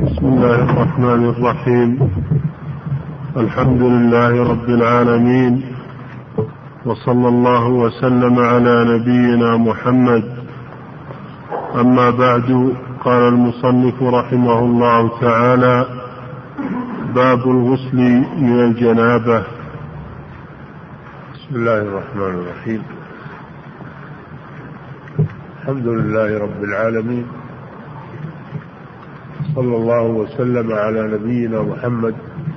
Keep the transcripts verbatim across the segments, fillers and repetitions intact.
بسم الله الرحمن الرحيم. الحمد لله رب العالمين، وصلى الله وسلم على نبينا محمد. أما بعد، قال المصنف رحمه الله تعالى: باب الغسل من الجنابة. بسم الله الرحمن الرحيم. الحمد لله رب العالمين، صلى الله وسلم على نبينا محمد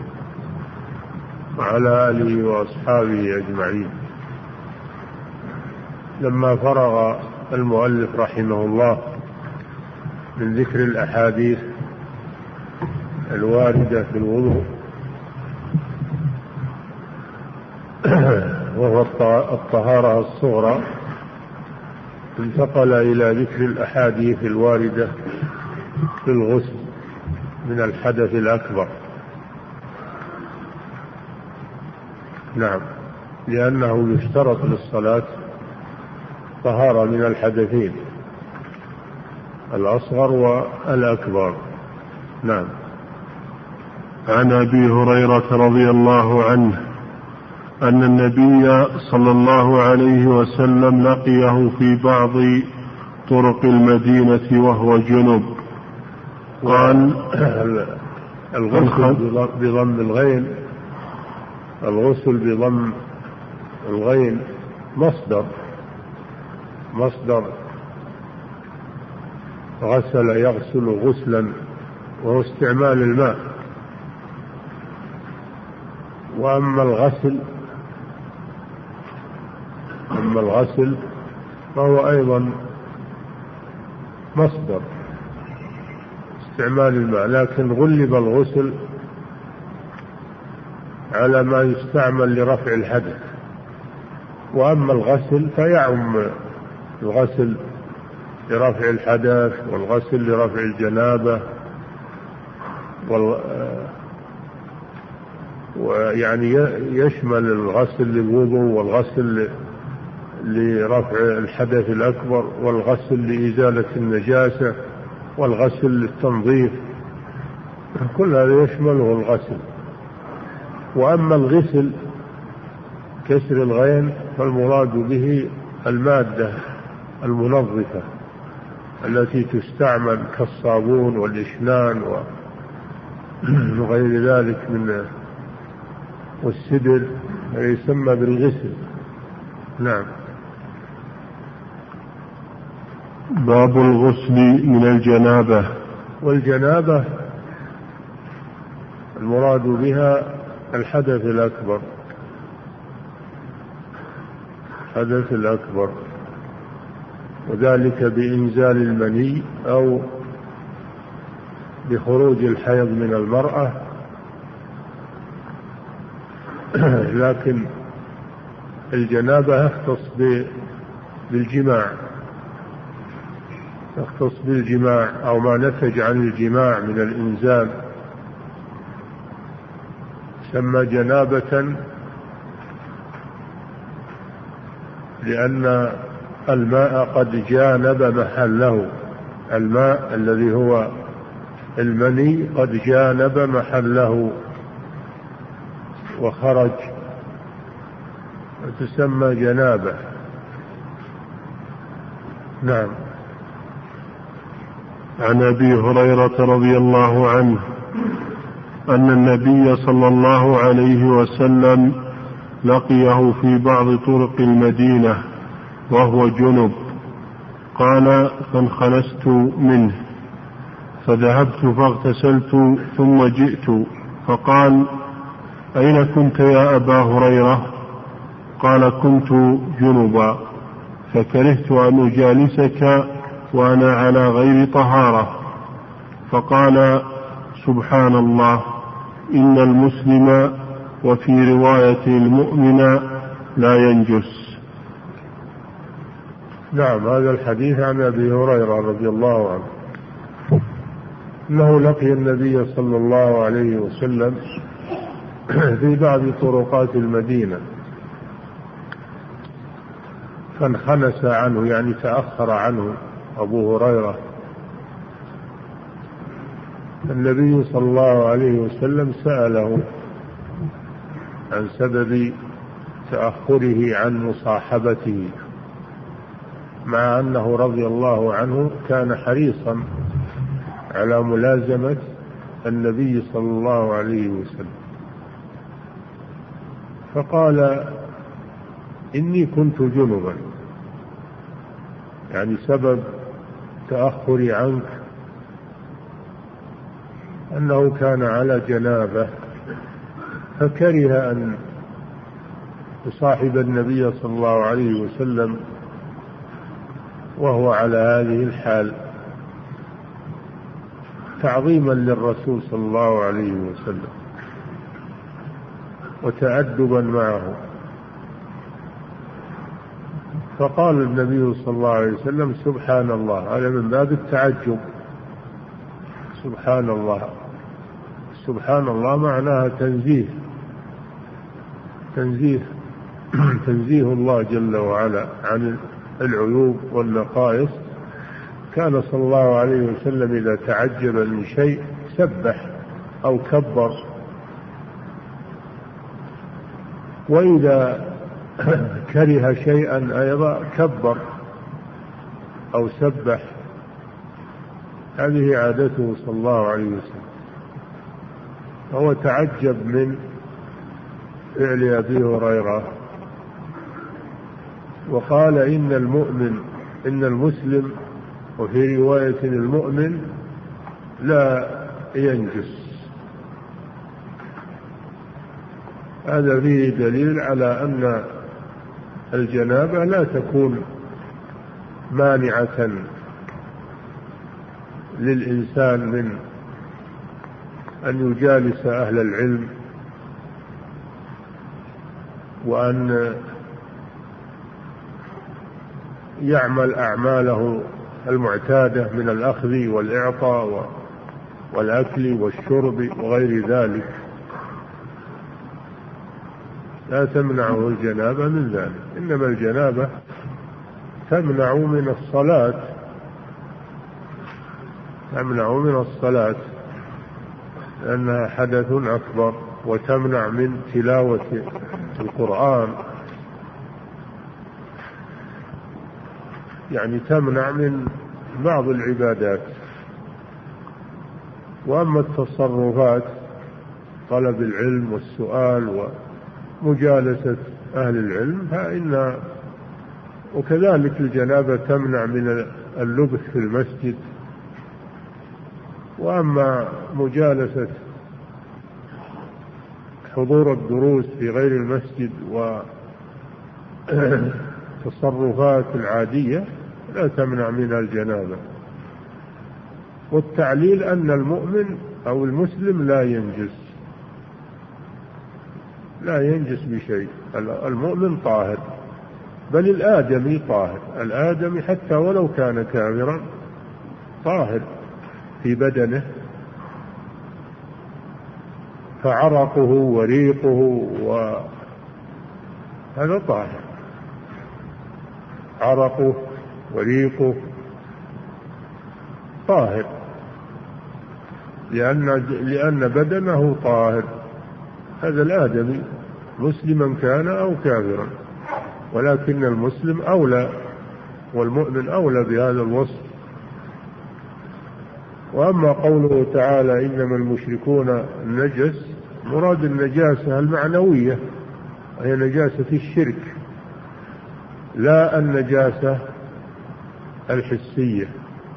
وعلى آله وأصحابه أجمعين. لما فرغ المؤلف رحمه الله من ذكر الأحاديث الواردة في الوضوء وهو الطهارة الصغرى، انتقل إلى ذكر الأحاديث الواردة في الغسل من الحدث الأكبر. نعم، لأنه يشترط للصلاة طهارة من الحدثين الأصغر والأكبر. نعم. عن أبي هريرة رضي الله عنه أن النبي صلى الله عليه وسلم لقيه في بعض طرق المدينة وهو جنب، قال: الغسل بضم الغين، الغسل بضم الغين مصدر مصدر غسل يغسل غسلا، وهو استعمال الماء. وأما الغسل أما الغسل فهو أيضا مصدر استعمال الماء، لكن غلب الغسل على ما يستعمل لرفع الحدث. وأما الغسل فيعم الغسل لرفع الحدث والغسل لرفع الجنابة، ويعني يشمل الغسل للوضوء والغسل لرفع الحدث الأكبر والغسل لإزالة النجاسة والغسل للتنظيف، كل هذا يشمله الغسل. وأما الغسل كسر الغين فالمراد به المادة المنظفة التي تستعمل كالصابون والإشنان وغير ذلك من والسدر، يسمى بالغسل. نعم. باب الغسل من الجنابة. والجنابة المراد بها الحدث الأكبر الحدث الأكبر وذلك بإنزال المني أو بخروج الحيض من المرأة. لكن الجنابة يختص بالجماع يختص بالجماع أو ما نتج عن الجماع من الإنزال، سمى جنابة لأن الماء قد جانب محله، الماء الذي هو المني قد جانب محله وخرج، وتسمى جنابة. نعم. عن أبي هريرة رضي الله عنه أن النبي صلى الله عليه وسلم لقيه في بعض طرق المدينة وهو جنب، قال: فانخنست منه فذهبت فاغتسلت ثم جئت فقال: أين كنت يا أبا هريرة؟ قال: كنت جنبا فكرهت أن أجالسك وأنا على غير طهارة. فقال: سبحان الله، إن المسلم وفي رواية المؤمن لا ينجس. نعم. هذا الحديث عن أبي هريرة رضي الله عنه أنه لقي النبي صلى الله عليه وسلم في بعض طرقات المدينة فانخنس عنه، يعني تأخر عنه أبو هريرة النبي صلى الله عليه وسلم سأله عن سبب تأخره عن مصاحبته، مع أنه رضي الله عنه كان حريصا على ملازمة النبي صلى الله عليه وسلم، فقال إني كنت جنبا، يعني سبب تأخري عنك أنه كان على جنابه، فكره أن يصاحب النبي صلى الله عليه وسلم وهو على هذه الحال، تعظيما للرسول صلى الله عليه وسلم وتأدبا معه. فقال النبي صلى الله عليه وسلم سبحان الله، هذا من باب التعجب، سبحان الله. سبحان الله معناها تنزيه، تنزيه تنزيه الله جل وعلا عن العيوب والنقائص. كان صلى الله عليه وسلم إذا تعجب من شيء سبح أو كبر، وإذا كره شيئا أيضا كبر أو سبح. هذه عادته صلى الله عليه وسلم. هو تعجب من فعل أبي هريرة، وقال إن المؤمن إن المسلم، وفي رواية المؤمن لا ينجس. هذا فيه دليل على أن الجنابة لا تكون مانعة للإنسان من أن يجالس أهل العلم وأن يعمل أعماله المعتادة من الأخذ والإعطاء والأكل والشرب وغير ذلك، لا تمنعه الجنابة من ذلك. إنما الجنابة تمنع من الصلاة، تمنع من الصلاة لأنها حدث أكبر، وتمنع من تلاوة القرآن، يعني تمنع من بعض العبادات. وأما التصرفات طلب العلم والسؤال ومجالسة أهل العلم فإن، وكذلك الجنابة تمنع من اللبث في المسجد. وأما مجالسة حضور الدروس في غير المسجد والتصرفات العادية لا تمنع من الجنابة. والتعليل أن المؤمن أو المسلم لا ينجس، لا ينجس بشيء. المؤمن طاهر، بل الآدمي طاهر، الآدمي حتى ولو كان كافرا طاهر في بدنه، فعرقه وريقه وهذا طاهر، عرقه وريقه طاهر، لأن, لأن بدنه طاهر. هذا الآدمي مسلما كان أو كافرا، ولكن المسلم أولى والمؤمن أولى بهذا الوصف. وأما قوله تعالى إنما المشركون نجس، مراد النجاسة المعنوية، هي نجاسة الشرك، لا النجاسة الحسية.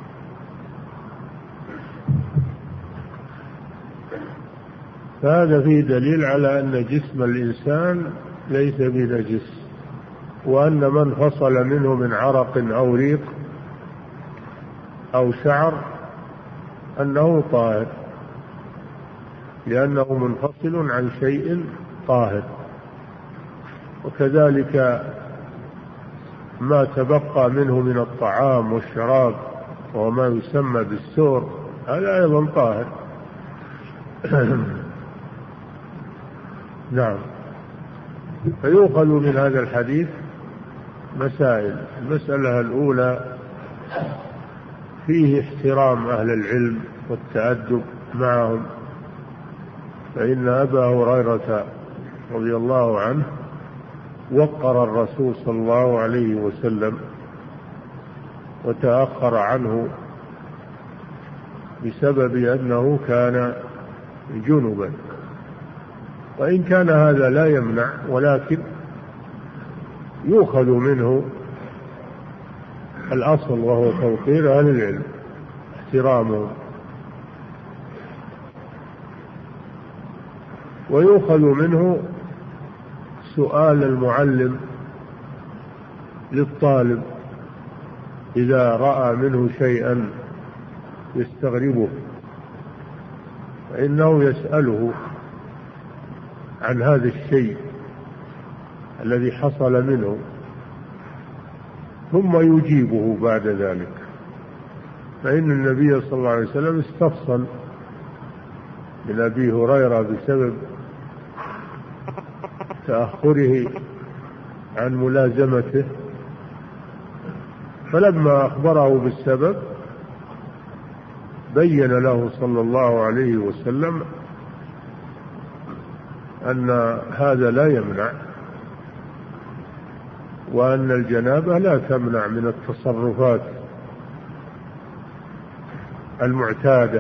فهذا فيه دليل على أن جسم الإنسان ليس بنجس، وأن من فصل منه من عرق أو ريق أو شعر أنه طاهر، لأنه منفصل عن شيء طاهر. وكذلك ما تبقى منه من الطعام والشراب وهو ما يسمى بالسور، هذا أيضا طاهر. نعم. فيؤخذ من هذا الحديث مسائل. المسألة الأولى فيه احترام أهل العلم والتأدب معهم، فإن أبا هريرة رضي الله عنه وقر الرسول صلى الله عليه وسلم وتأخر عنه بسبب أنه كان جنبا، وإن كان هذا لا يمنع، ولكن يؤخذ منه الأصل وهو توقير أهل العلم، احترامه، ويؤخذ منه سؤال المعلم للطالب إذا رأى منه شيئا يستغربه، فإنه يسأله عن هذا الشيء الذي حصل منه ثم يجيبه بعد ذلك. فإن النبي صلى الله عليه وسلم استفصل من أبي هريرة بسبب تأخره عن ملازمته، فلما أخبره بالسبب بين له صلى الله عليه وسلم أن هذا لا يمنع، وأن الجنابة لا تمنع من التصرفات المعتادة.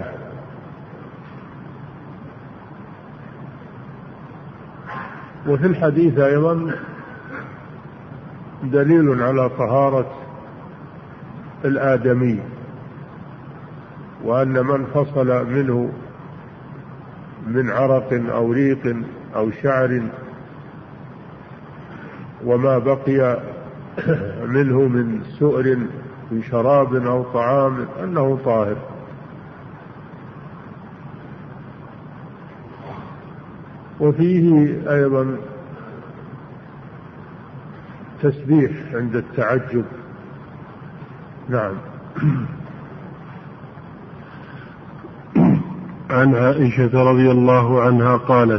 وفي الحديث أيضا دليل على طهارة الآدمي، وأن من فصل منه من عرق أو ريق أو شعر وما بقي منه من سؤر من شراب أو طعام أنه طاهر. وفيه أيضا تسبيح عند التعجب. نعم. عن عائشة رضي الله عنها قالت: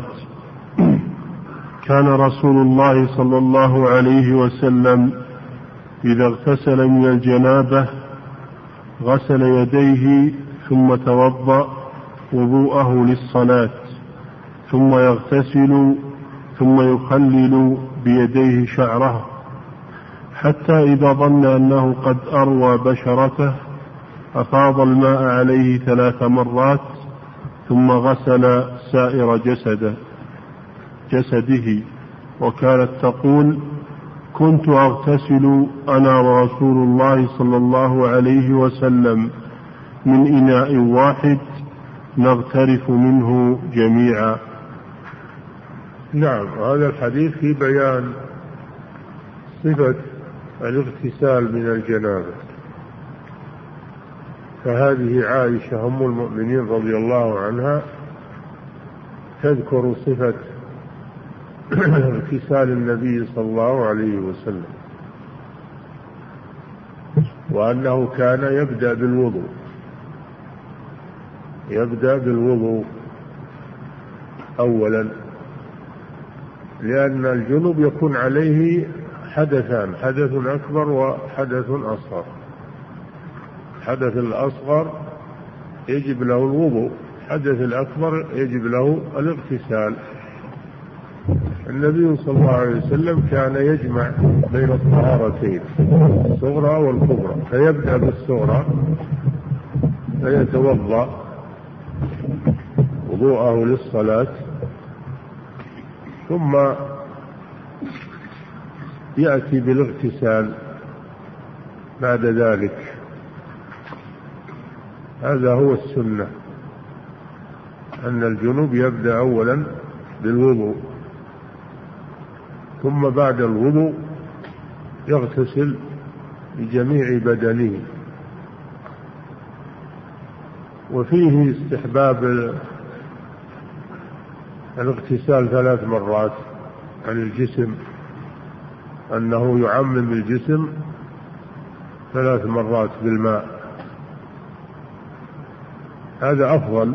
كان رسول الله صلى الله عليه وسلم إذا اغتسل من الجنابة غسل يديه ثم توضأ وضوءه للصلاة، ثم يغتسل ثم يخلل بيديه شعره، حتى إذا ظن أنه قد أروى بشرته أفاض الماء عليه ثلاث مرات ثم غسل سائر جسده جسده وكانت تقول: كنت أغتسل أنا ورسول الله صلى الله عليه وسلم من إناء واحد نغترف منه جميعا. نعم. هذا الحديث في بيان صفة الاغتسال من الجنابة. فهذه عائشة أم المؤمنين رضي الله عنها تذكر صفة اغتسال النبي صلى الله عليه وسلم، وأنه كان يبدأ بالوضوء يبدأ بالوضوء أولا، لأن الجنوب يكون عليه حدثان: حدث أكبر وحدث أصغر. الحدث الأصغر يجب له الوضوء، الحدث الأكبر يجب له الاغتسال. النبي صلى الله عليه وسلم كان يجمع بين الطهارتين الصغرى والكبرى، فيبدأ بالصغرى فيتوضأ وضوءه للصلاة، ثم يأتي بالاغتسال بعد ذلك. هذا هو السنة، أن الجنوب يبدأ أولا بالوضوء، ثم بعد الوضوء يغتسل بجميع بدنه. وفيه استحباب الاغتسال ثلاث مرات عن الجسم، أنه يعمم الجسم ثلاث مرات بالماء، هذا أفضل.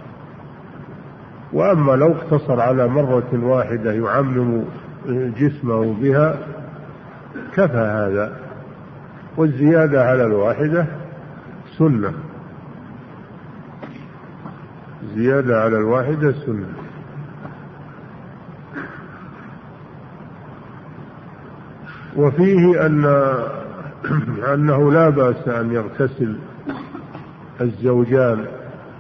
وأما لو اقتصر على مرة واحدة يعمم جسمه بها كفى هذا، والزيادة على الواحدة سنة، الزيادة على الواحدة سنة. وفيه أن أنه لا بأس أن يغتسل الزوجان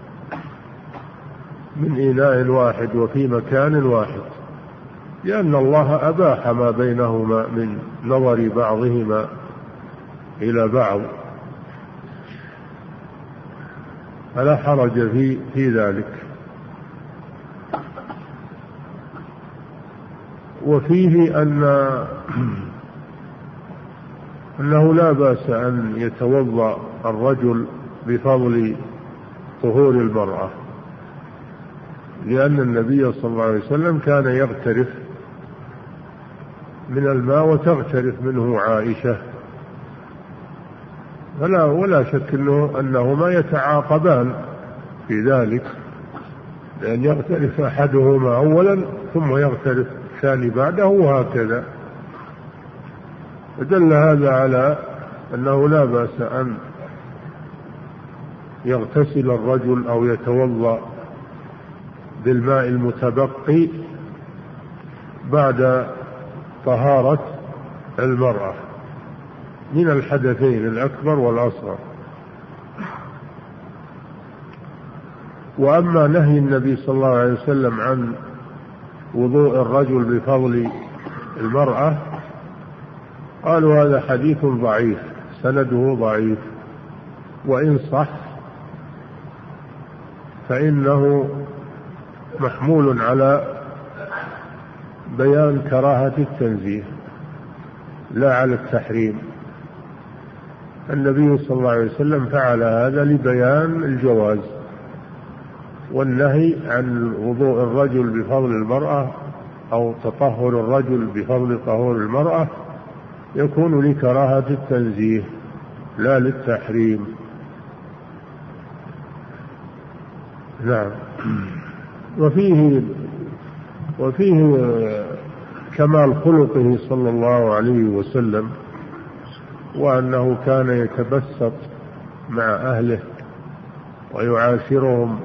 من إناء واحد وفي مكان واحد، لأن الله أباح ما بينهما من نظر بعضهما إلى بعض، فلا حرج في, في ذلك. وفيه أن أنه لا بأس أن يتوضأ الرجل بفضل طهور المرأة، لأن النبي صلى الله عليه وسلم كان يغترف من الماء وتغترف منه عائشة، ولا, ولا شك أنه أنهما يتعاقبان في ذلك، لأن يغترف أحدهما أولا ثم يغترف الثاني بعده وهكذا. فدل هذا على أنه لا بأس أن يغتسل الرجل أو يتوضأ بالماء المتبقي بعد طهارة المرأة من الحدثين الأكبر والأصغر. وأما نهي النبي صلى الله عليه وسلم عن وضوء الرجل بفضل المرأة، قالوا هذا حديث ضعيف سنده ضعيف، وإن صح فإنه محمول على بيان كراهة التنزيه لا على التحريم. النبي صلى الله عليه وسلم فعل هذا لبيان الجواز، والنهي عن وضوء الرجل بفضل المرأة أو تطهر الرجل بفضل طهور المرأة يكون لكراهة التنزيه لا للتحريم. نعم. وفيه وفيه كمال خلقه صلى الله عليه وسلم، وأنه كان يتبسط مع أهله ويعاشرهم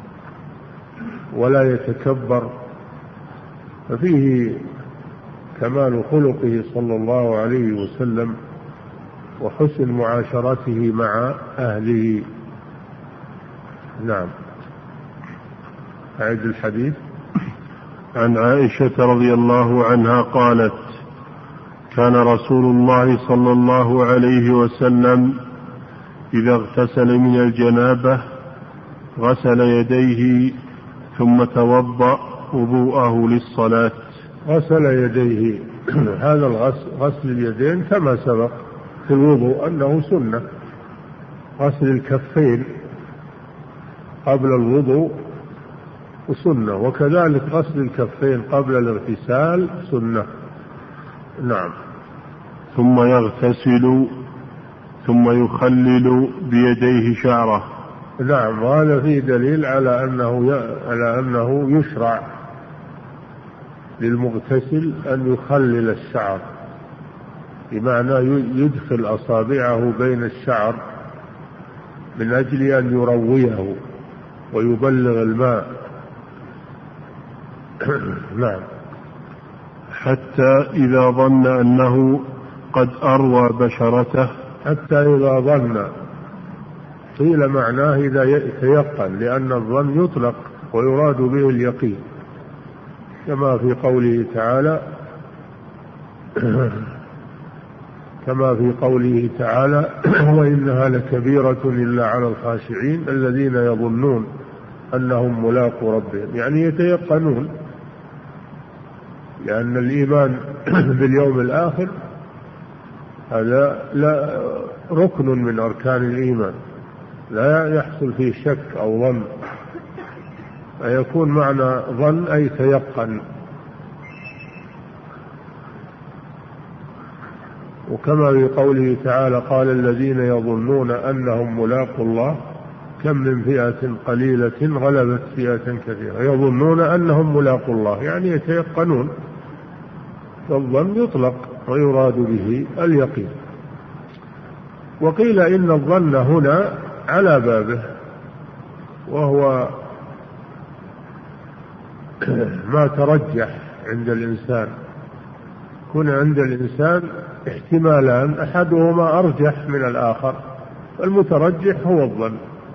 ولا يتكبر، ففيه كمال خلقه صلى الله عليه وسلم وحسن معاشرته مع أهله. نعم. أعد الحديث. عن عائشة رضي الله عنها قالت: كان رسول الله صلى الله عليه وسلم إذا اغتسل من الجنابة غسل يديه ثم توضأ وضوءه للصلاة. غسل يديه، هذا الغسل غسل اليدين كما سبق في الوضوء أنه سنة، غسل الكفين قبل الوضوء سنة، وكذلك غسل الكفين قبل الاغتسال سنة. نعم. ثم يغتسل ثم يخلل بيديه شعره. نعم. وهذا فيه دليل على أنه على أنه يشرع للمغتسل أن يخلل الشعر، بمعنى يدخل أصابعه بين الشعر من أجل أن يرويه ويبلغ الماء. نعم. حتى إذا ظن أنه قد أروى بشرته. حتى إذا ظن، قيل معناه إذا يتيقن، لأن الظن يطلق ويراد به اليقين، كما في قوله تعالى كما في قوله تعالى: وإنها لكبيرة إلا على الخاشعين الذين يظنون أنهم ملاقو ربهم، يعني يتيقنون، لأن الإيمان باليوم الآخر هذا لا ركن من أركان الإيمان، لا يحصل فيه شك أو ظن، فيكون معنى ظن أي تيقن. وكما في قوله تعالى: قال الذين يظنون أنهم ملاقو الله كم من فئة قليلة غلبت فئة كثيرة. يظنون أنهم ملاقو الله يعني يتيقنون، فالظن يطلق ويراد به اليقين. وقيل إن الظن هنا على بابه، وهو ما ترجح عند الإنسان. كن عند الإنسان احتمالان أحدهما أرجح من الآخر، المترجح هو الظن،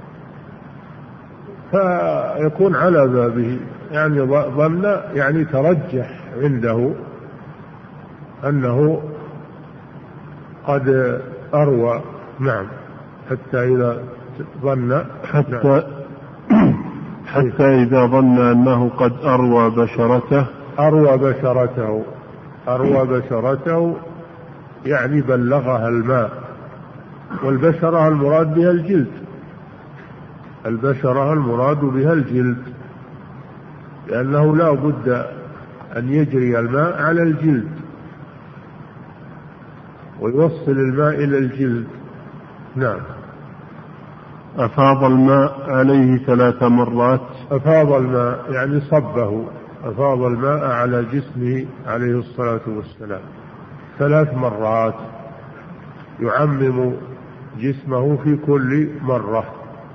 فيكون على بابه، يعني ظن يعني ترجح عنده أنه قد أروى. نعم. حتى إذا ظن حتى حتى إذا ظن أنه قد أروى بشرته أروى بشرته أروى بشرته يعني بلغها الماء، والبشرة المراد بها الجلد، البشرة المراد بها الجلد، لأنه لا بد أن يجري الماء على الجلد ويوصل الماء إلى الجلد. نعم. أفاض الماء عليه ثلاث مرات. أفاض الماء يعني صبه، أفاض الماء على جسمه عليه الصلاة والسلام ثلاث مرات، يعمم جسمه في كل مرة.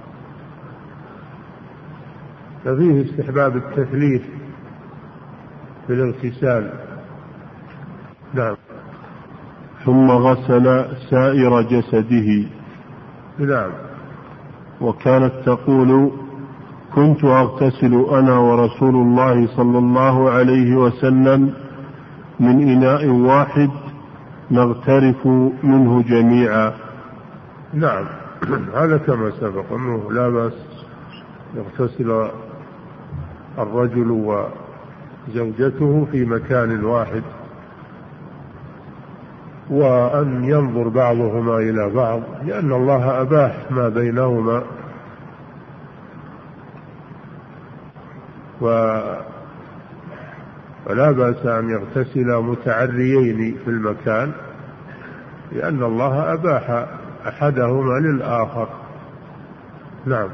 ففيه استحباب التثليث في الاغتسال. نعم. ثم غسل سائر جسده. نعم. وكانت تقول: كنت أغتسل أنا ورسول الله صلى الله عليه وسلم من إناء واحد نغترف منه جميعا. نعم. هذا كما سبق أنه لا بأس يغتسل الرجل وزوجته في مكان واحد، وأن ينظر بعضهما إلى بعض، لأن الله أباح ما بينهما، ولا بأس أن يغتسل متعريين في المكان، لأن الله أباح أحدهما للآخر. نعم.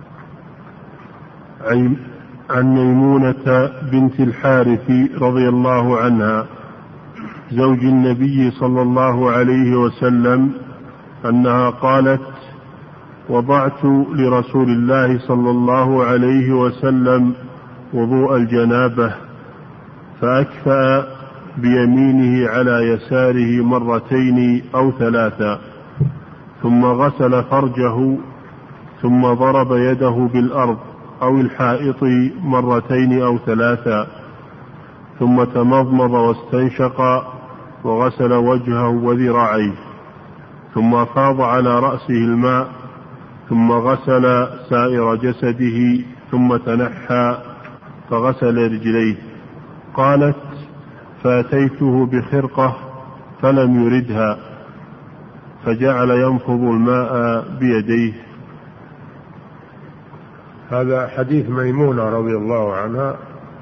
عن ميمونة بنت الحارث رضي الله عنها زوج النبي صلى الله عليه وسلم أنها قالت: وضعت لرسول الله صلى الله عليه وسلم وضوء الجنابة فأكفأ بيمينه على يساره مرتين أو ثلاثا، ثم غسل فرجه، ثم ضرب يده بالأرض أو الحائط مرتين أو ثلاثا، ثم تمضمض واستنشق وغسل وجهه وذراعيه، ثم أفاض على رأسه الماء، ثم غسل سائر جسده، ثم تنحى فغسل رجليه. قالت: فأتيته بخرقة فلم يردها، فجعل ينفض الماء بيديه. هذا حديث ميمونة رضي الله عنها،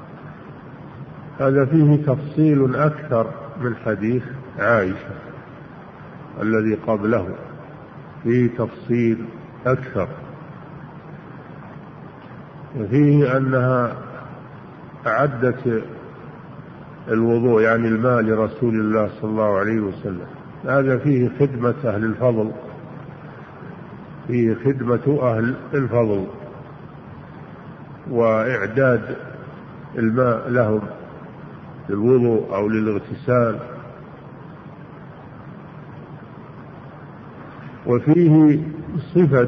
هذا فيه تفصيل أكثر من حديث عائشة الذي قبله، فيه تفصيل أكثر، وفيه أنها أعدت الوضوء يعني الماء لرسول الله صلى الله عليه وسلم. هذا فيه خدمة أهل الفضل، فيه خدمة أهل الفضل وإعداد الماء لهم للوضوء أو للاغتسال. وفيه صفة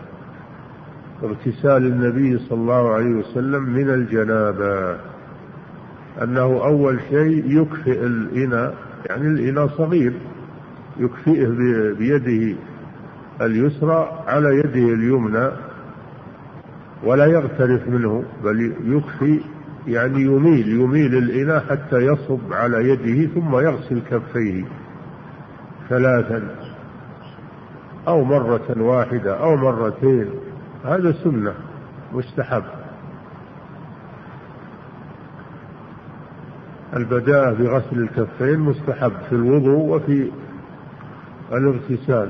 اغتسال النبي صلى الله عليه وسلم من الجنابة، أنه أول شيء يكفئ الإناء، يعني الإناء صغير، يكفئه بيده اليسرى على يده اليمنى ولا يغترف منه، بل يكفي يعني يميل يميل الإناء حتى يصب على يده، ثم يغسل كفيه ثلاثا أو مرة واحدة أو مرتين. هذا سنة مستحب. البداءة بغسل الكفين مستحب في الوضوء وفي الاغتسال.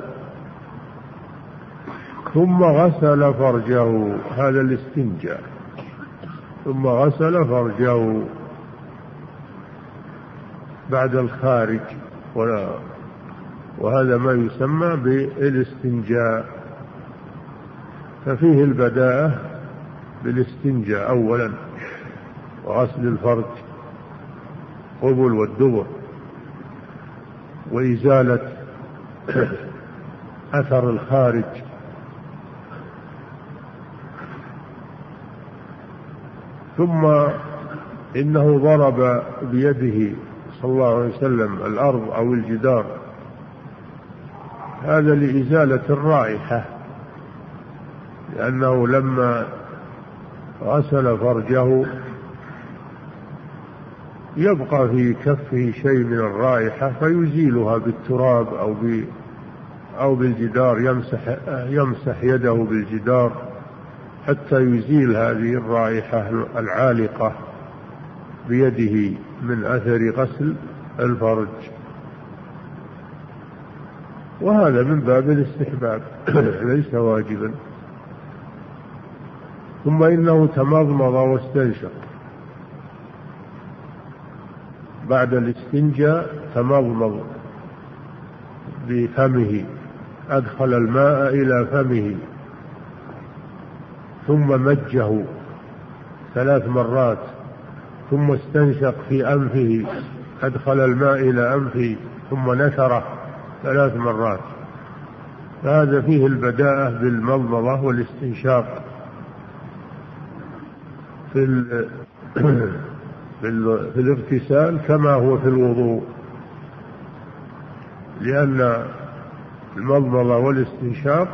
ثم غسل فرجه، هذا الاستنجاء، ثم غسل فرجه بعد الخارج، وهذا ما يسمى بالاستنجاء. ففيه البداءة بالاستنجاء أولا، وغسل الفرج قبل والدبر، وإزالة أثر الخارج. ثم إنه ضرب بيده صلى الله عليه وسلم الأرض أو الجدار، هذا لإزالة الرائحة، لأنه لما غسل فرجه يبقى في كفه شيء من الرائحة فيزيلها بالتراب أو أو بالجدار، يمسح يمسح يده بالجدار حتى يزيل هذه الرائحة العالقة بيده من أثر غسل الفرج، وهذا من باب الاستحباب ليس واجبا. ثم إنه تمضمض واستنشق بعد الاستنجاء، تمضمض بفمه، أدخل الماء إلى فمه ثم مجه ثلاث مرات، ثم استنشق في أنفه، أدخل الماء إلى أنفه ثم نثره ثلاث مرات. فهذا فيه البداءة بالمضمضة والاستنشاق في في الاغتسال كما هو في الوضوء، لأن المضمضة والاستنشاق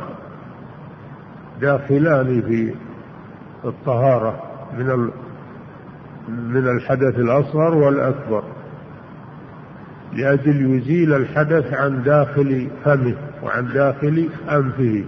داخلان في الطهارة من من الحدث الأصغر والأكبر، لأجل يزيل الحدث عن داخل فمه وعن داخل أنفه.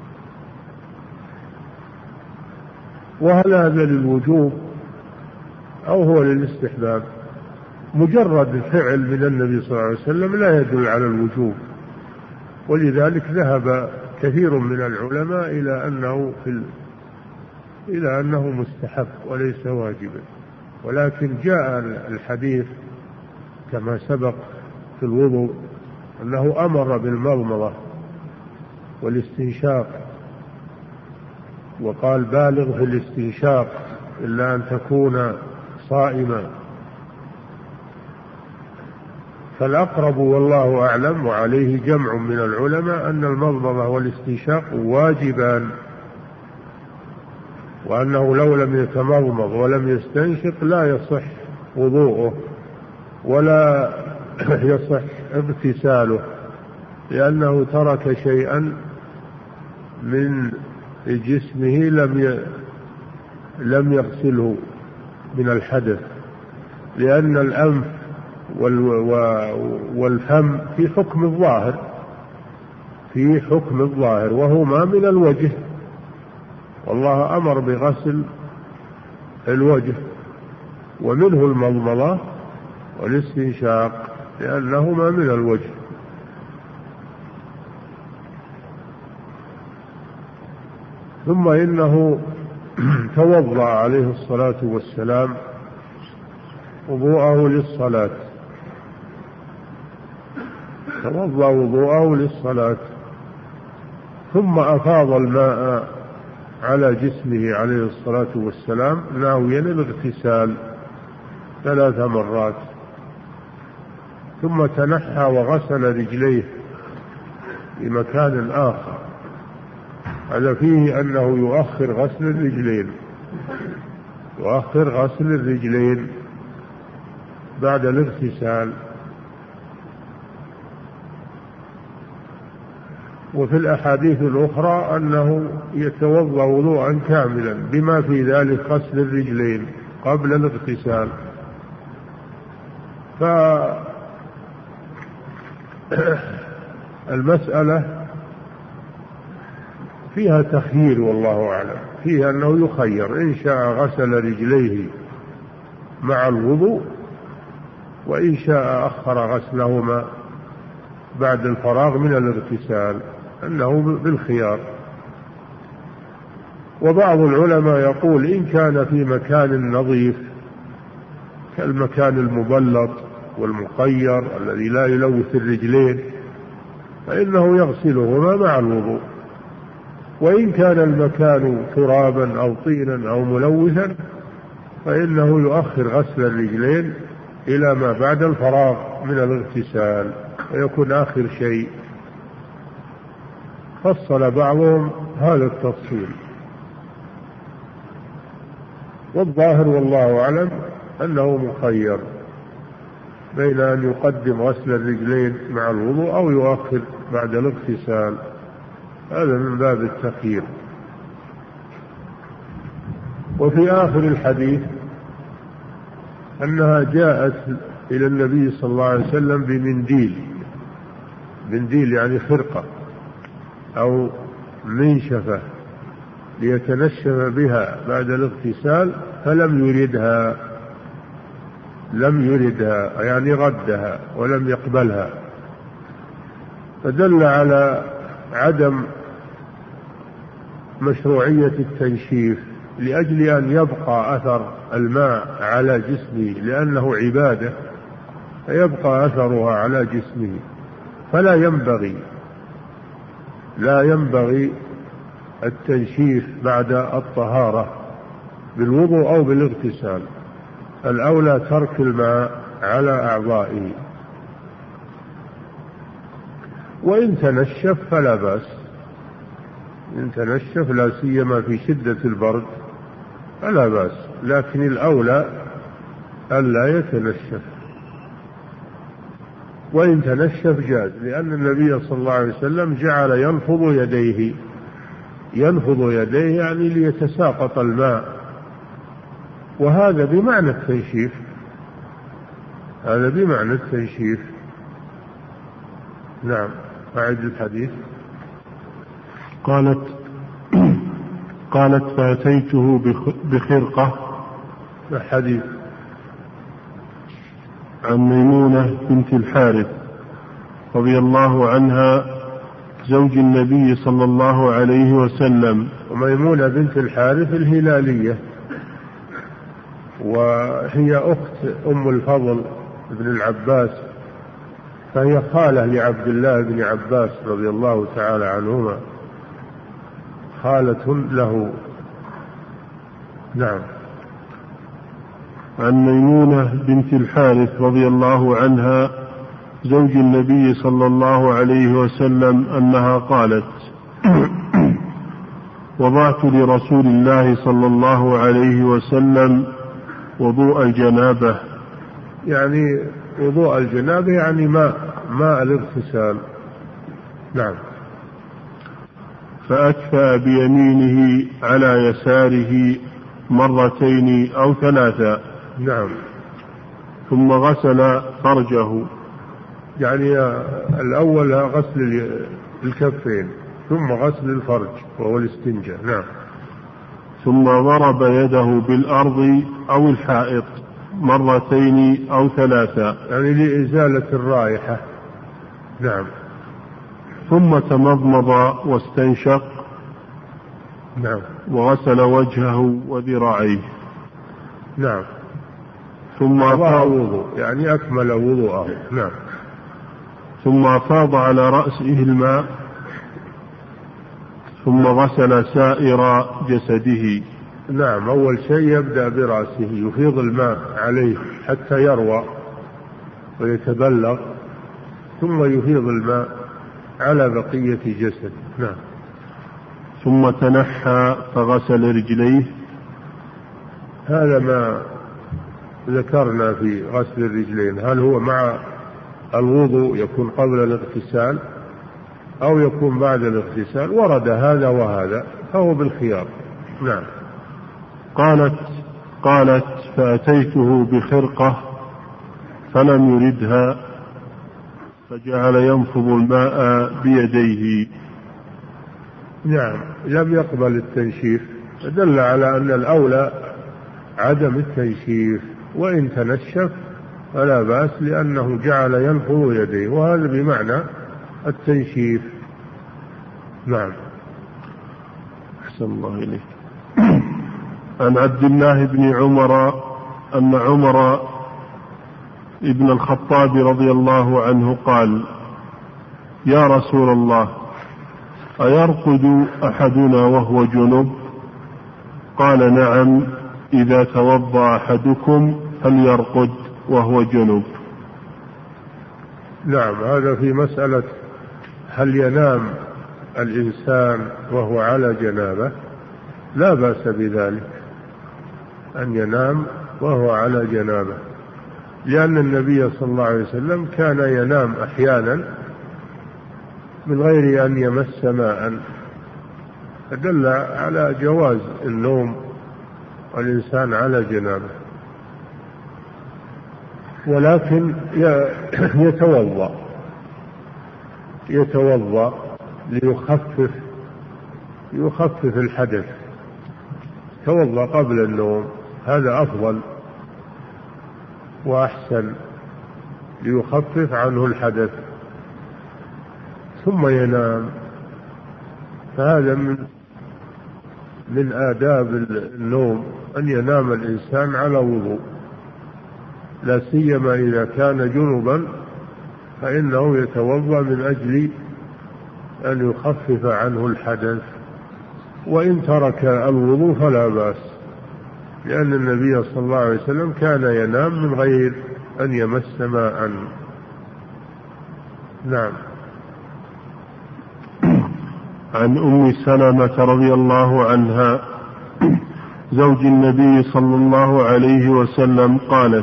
وهل هذا للوجوب أو هو للاستحباب؟ مجرد الفعل من النبي صلى الله عليه وسلم لا يدل على الوجوب، ولذلك ذهب كثير من العلماء إلى أنه في ال... إلى أنه مستحب وليس واجبا. ولكن جاء الحديث كما سبق في الوضوء أنه أمر بالمضمضة والاستنشاق، وقال بالغ في الاستنشاق إلا أن تكون صائما. فالأقرب والله أعلم وعليه جمع من العلماء أن المضمضة والاستنشاق واجبان، وأنه لو لم يتمضمض ولم يستنشق لا يصح وضوءه ولا يصح اغتساله، لأنه ترك شيئا من جسمه لم لم يغسله من الحدث، لأن الأنف والفم في حكم الظاهر في حكم الظاهر وهما من الوجه، والله أمر بغسل الوجه، ومنه المضمضة والاستنشاق لأنهما من الوجه. ثم إنه توضأ عليه الصلاة والسلام وضوءه للصلاة توضأ وضوءه للصلاة ثم أفاض الماء على جسمه عليه الصلاة والسلام ناويا الاغتسال ثلاث مرات، ثم تنحى وغسل رجليه في مكان آخر. هذا فيه أنه يؤخر غسل الرجلين يؤخر غسل الرجلين بعد الاغتسال. وفي الأحاديث الأخرى أنه يتوضأ وضوءا كاملا بما في ذلك غسل الرجلين قبل الاغتسال. فالمسألة فيها تخيير والله أعلم، فيها أنه يخير إن شاء غسل رجليه مع الوضوء، وإن شاء أخر غسلهما بعد الفراغ من الاغتسال، أنه بالخيار. وبعض العلماء يقول إن كان في مكان نظيف كالمكان المبلط والمخير الذي لا يلوث الرجلين فإنه يغسلهما مع الوضوء، وإن كان المكان ترابا أو طينا أو ملوثا فإنه يؤخر غسل الرجلين إلى ما بعد الفراغ من الاغتسال ويكون آخر شيء. فصل بعضهم هذا التفصيل، والظاهر والله أعلم أنه مخير بين أن يقدم غسل الرجلين مع الوضوء أو يؤخر بعد الاغتسال، هذا من باب التخيير. وفي آخر الحديث أنها جاءت إلى النبي صلى الله عليه وسلم بمنديل، منديل يعني خرقة أو منشفة ليتنشف بها بعد الاغتسال، فلم يردها، لم يردها يعني ردها ولم يقبلها، فدل على عدم مشروعية التنشيف لأجل أن يبقى أثر الماء على جسمه، لأنه عبادة فيبقى أثرها على جسمه. فلا ينبغي لا ينبغي التنشيف بعد الطهارة بالوضوء أو بالاغتسال، الأولى ترك الماء على أعضائه. وإن تنشف فلا بأس، إن تنشف لا سيما في شدة البرد فلا بأس، لكن الأولى ألا يتنشف. وإن تنشف جاز، لأن النبي صلى الله عليه وسلم جعل ينفض يديه، ينفض يديه يعني ليتساقط الماء، وهذا بمعنى التنشيف، هذا بمعنى التنشيف. نعم. أعد الحديث. قالت قالت فأتيته بخرقة. الحديث عن ميمونة بنت الحارث رضي الله عنها زوج النبي صلى الله عليه وسلم. وميمونة بنت الحارث الهلالية، وهي أخت أم الفضل بن العباس، فهي خالة لعبد الله بن عباس رضي الله تعالى عنهما، خالة له. نعم. عن ميمونة بنت الحارث رضي الله عنها زوج النبي صلى الله عليه وسلم أنها قالت: وضعت لرسول الله صلى الله عليه وسلم وضوء الجنابة، يعني وضوء الجنابة يعني ماء ماء الاغتسال. نعم. فأكفأ بيمينه على يساره مرتين أو ثلاثا. نعم. ثم غسل فرجه، يعني الأول غسل الكفين ثم غسل الفرج وهو الاستنجاء. نعم. ثم ضرب يده بالأرض أو الحائط مرتين أو ثلاثا، يعني لإزالة الرائحة. نعم. ثم تمضمض واستنشق. نعم. وغسل وجهه وذراعيه. نعم. ثم أفاض وضوء يعني أكمل وضوءه. نعم. ثم أفاض على رأسه الماء، ثم غسل سائر جسده. نعم. أول شيء يبدأ برأسه، يفيض الماء عليه حتى يروى ويتبلغ، ثم يفيض الماء على بقية جسده. نعم. ثم تنحى فغسل رجليه. هذا ما ذكرنا في غسل الرجلين، هل هو مع الوضوء يكون قبل الاغتسال أو يكون بعد الاغتسال؟ ورد هذا وهذا، فهو بالخيار. نعم. قالت قالت فأتيته بخرقة فلم يردها، فجعل ينفض الماء بيديه. نعم. لم يقبل التنشيف، دل على أن الأولى عدم التنشيف، وإن تنشف فلا بأس لأنه جعل ينفض يديه، وهذا بمعنى التنشيف. نعم. أحسن الله إليك. عن عبد الله بن عمر أن عمر ابن الخطاب رضي الله عنه قال: يا رسول الله، أيرقد أحدنا وهو جنب؟ قال: نعم، إذا توضأ أحدكم فليرقد وهو جنب. نعم، هذا في مسألة هل ينام الإنسان وهو على جنابه. لا بأس بذلك أن ينام وهو على جنابه، لأن النبي صلى الله عليه وسلم كان ينام أحيانا من غير أن يمس ماء، فدل على جواز النوم والإنسان على جنابه. ولكن يتوضأ يتوضأ ليخفف يخفف الحدث، توضأ قبل النوم، هذا أفضل وأحسن ليخفف عنه الحدث ثم ينام. فهذا من من آداب النوم أن ينام الإنسان على وضوء، لا سيما إذا كان جنبا فإنه يتوضأ من أجل أن يخفف عنه الحدث. وإن ترك الوضوء فلا بأس، لأن النبي صلى الله عليه وسلم كان ينام من غير أن يمس ماء. نعم. عن أم سلمة رضي الله عنها زوج النبي صلى الله عليه وسلم قالت: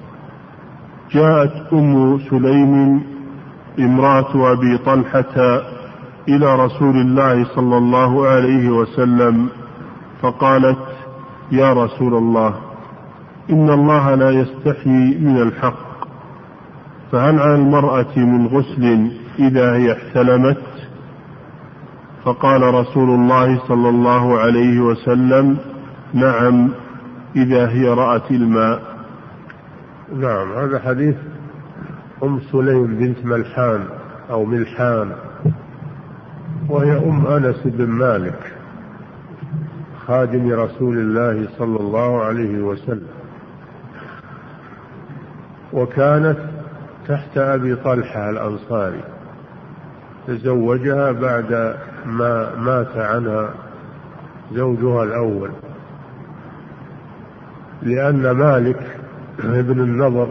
جاءت أم سليم امرأة أبي طلحة إلى رسول الله صلى الله عليه وسلم فقالت: يا رسول الله، إن الله لا يستحيي من الحق، فهل على المرأة من غسل إذا هي احتلمت؟ فقال رسول الله صلى الله عليه وسلم: نعم، إذا هي رأت الماء. نعم، هذا حديث أم سليم بنت ملحان أو ملحان، وهي أم أنس بن مالك خادم رسول الله صلى الله عليه وسلم، وكانت تحت أبي طلحة الأنصاري، تزوجها بعد ما مات عنها زوجها الأول، لأن مالك بن النضر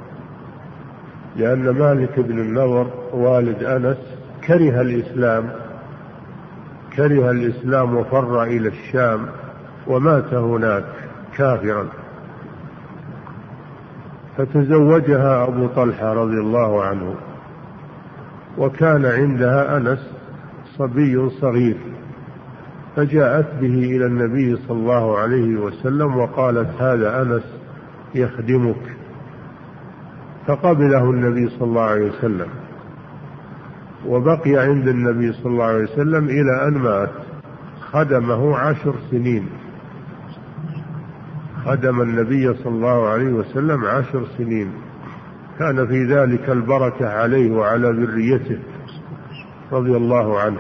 لأن مالك بن النضر والد أنس كره الإسلام كره الإسلام وفر إلى الشام ومات هناك كافرا، فتزوجها أبو طلحة رضي الله عنه، وكان عندها أنس صبي صغير، فجاءت به إلى النبي صلى الله عليه وسلم وقالت: هذا أنس يخدمك. فقبله النبي صلى الله عليه وسلم، وبقي عند النبي صلى الله عليه وسلم إلى أن مات. خدمه عشر سنين خدم النبي صلى الله عليه وسلم عشر سنين، كان في ذلك البركة عليه وعلى ذريته رضي الله عنه.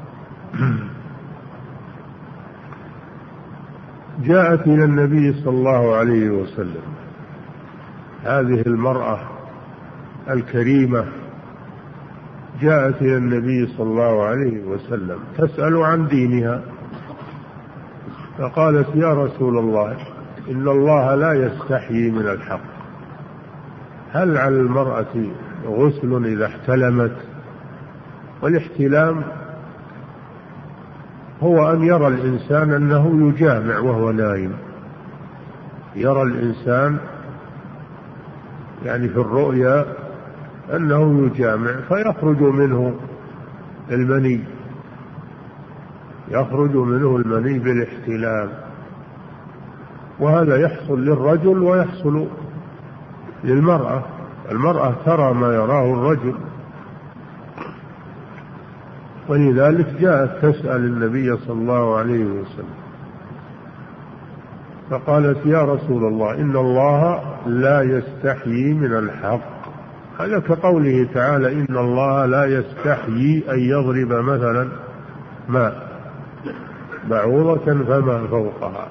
جاءت إلى النبي صلى الله عليه وسلم هذه المرأة الكريمة، جاءت إلى النبي صلى الله عليه وسلم تسأل عن دينها، فقالت: يا رسول الله، إن الله لا يستحيي من الحق، هل على المرأة غسل إذا احتلمت؟ والاحتلام هو أن يرى الإنسان أنه يجامع وهو نايم، يرى الإنسان يعني في الرؤيا أنه يجامع فيخرج منه المني يخرج منه المني بالاحتلام، وهذا يحصل للرجل ويحصل للمرأة. المرأة ترى ما يراه الرجل، ولذلك جاءت تسأل النبي صلى الله عليه وسلم، فقالت: يا رسول الله، إن الله لا يستحيي من الحق. هذا كقوله تعالى: إن الله لا يستحيي أن يضرب مثلا ماء بعوضة فما فوقها.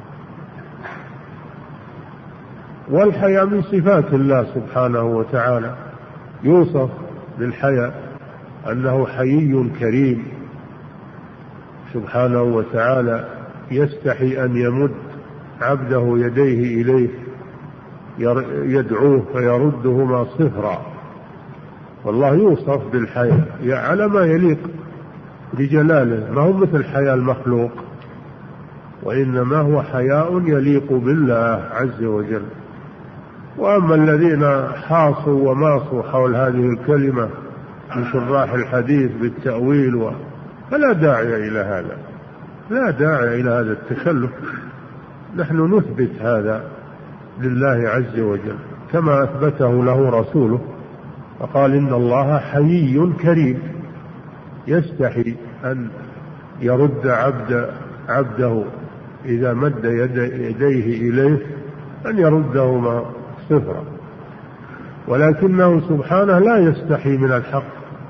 والحياء من صفات الله سبحانه وتعالى، يوصف بالحياء أنه حيي كريم سبحانه وتعالى، يستحي أن يمد عبده يديه إليه يدعوه فيردهما صفرا. والله يوصف بالحياء على ما يليق بجلاله، ما هو مثل حياء المخلوق، وإنما هو حياء يليق بالله عز وجل. وأما الذين حاصوا وماصوا حول هذه الكلمة من شراح الحديث بالتأويل و... فلا داعي إلى هذا، لا داعي إلى هذا التخلف. نحن نثبت هذا لله عز وجل كما أثبته له رسوله، فقال إن الله حيي كريم، يستحي أن يرد عبد عبده إذا مد يديه إليه أن يردهما صفرا، ولكنه سبحانه لا يستحي من الحق.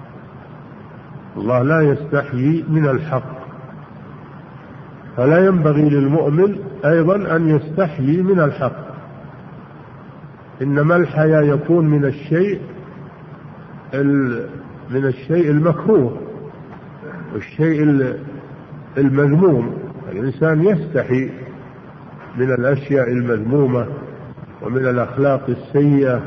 الله لا يستحي من الحق، فلا ينبغي للمؤمن أيضا أن يستحيي من الحق. إنما الحياء يكون من الشيء من الشيء المكروه والشيء المذموم. الإنسان يستحي من الأشياء المذمومة ومن الأخلاق السيئة،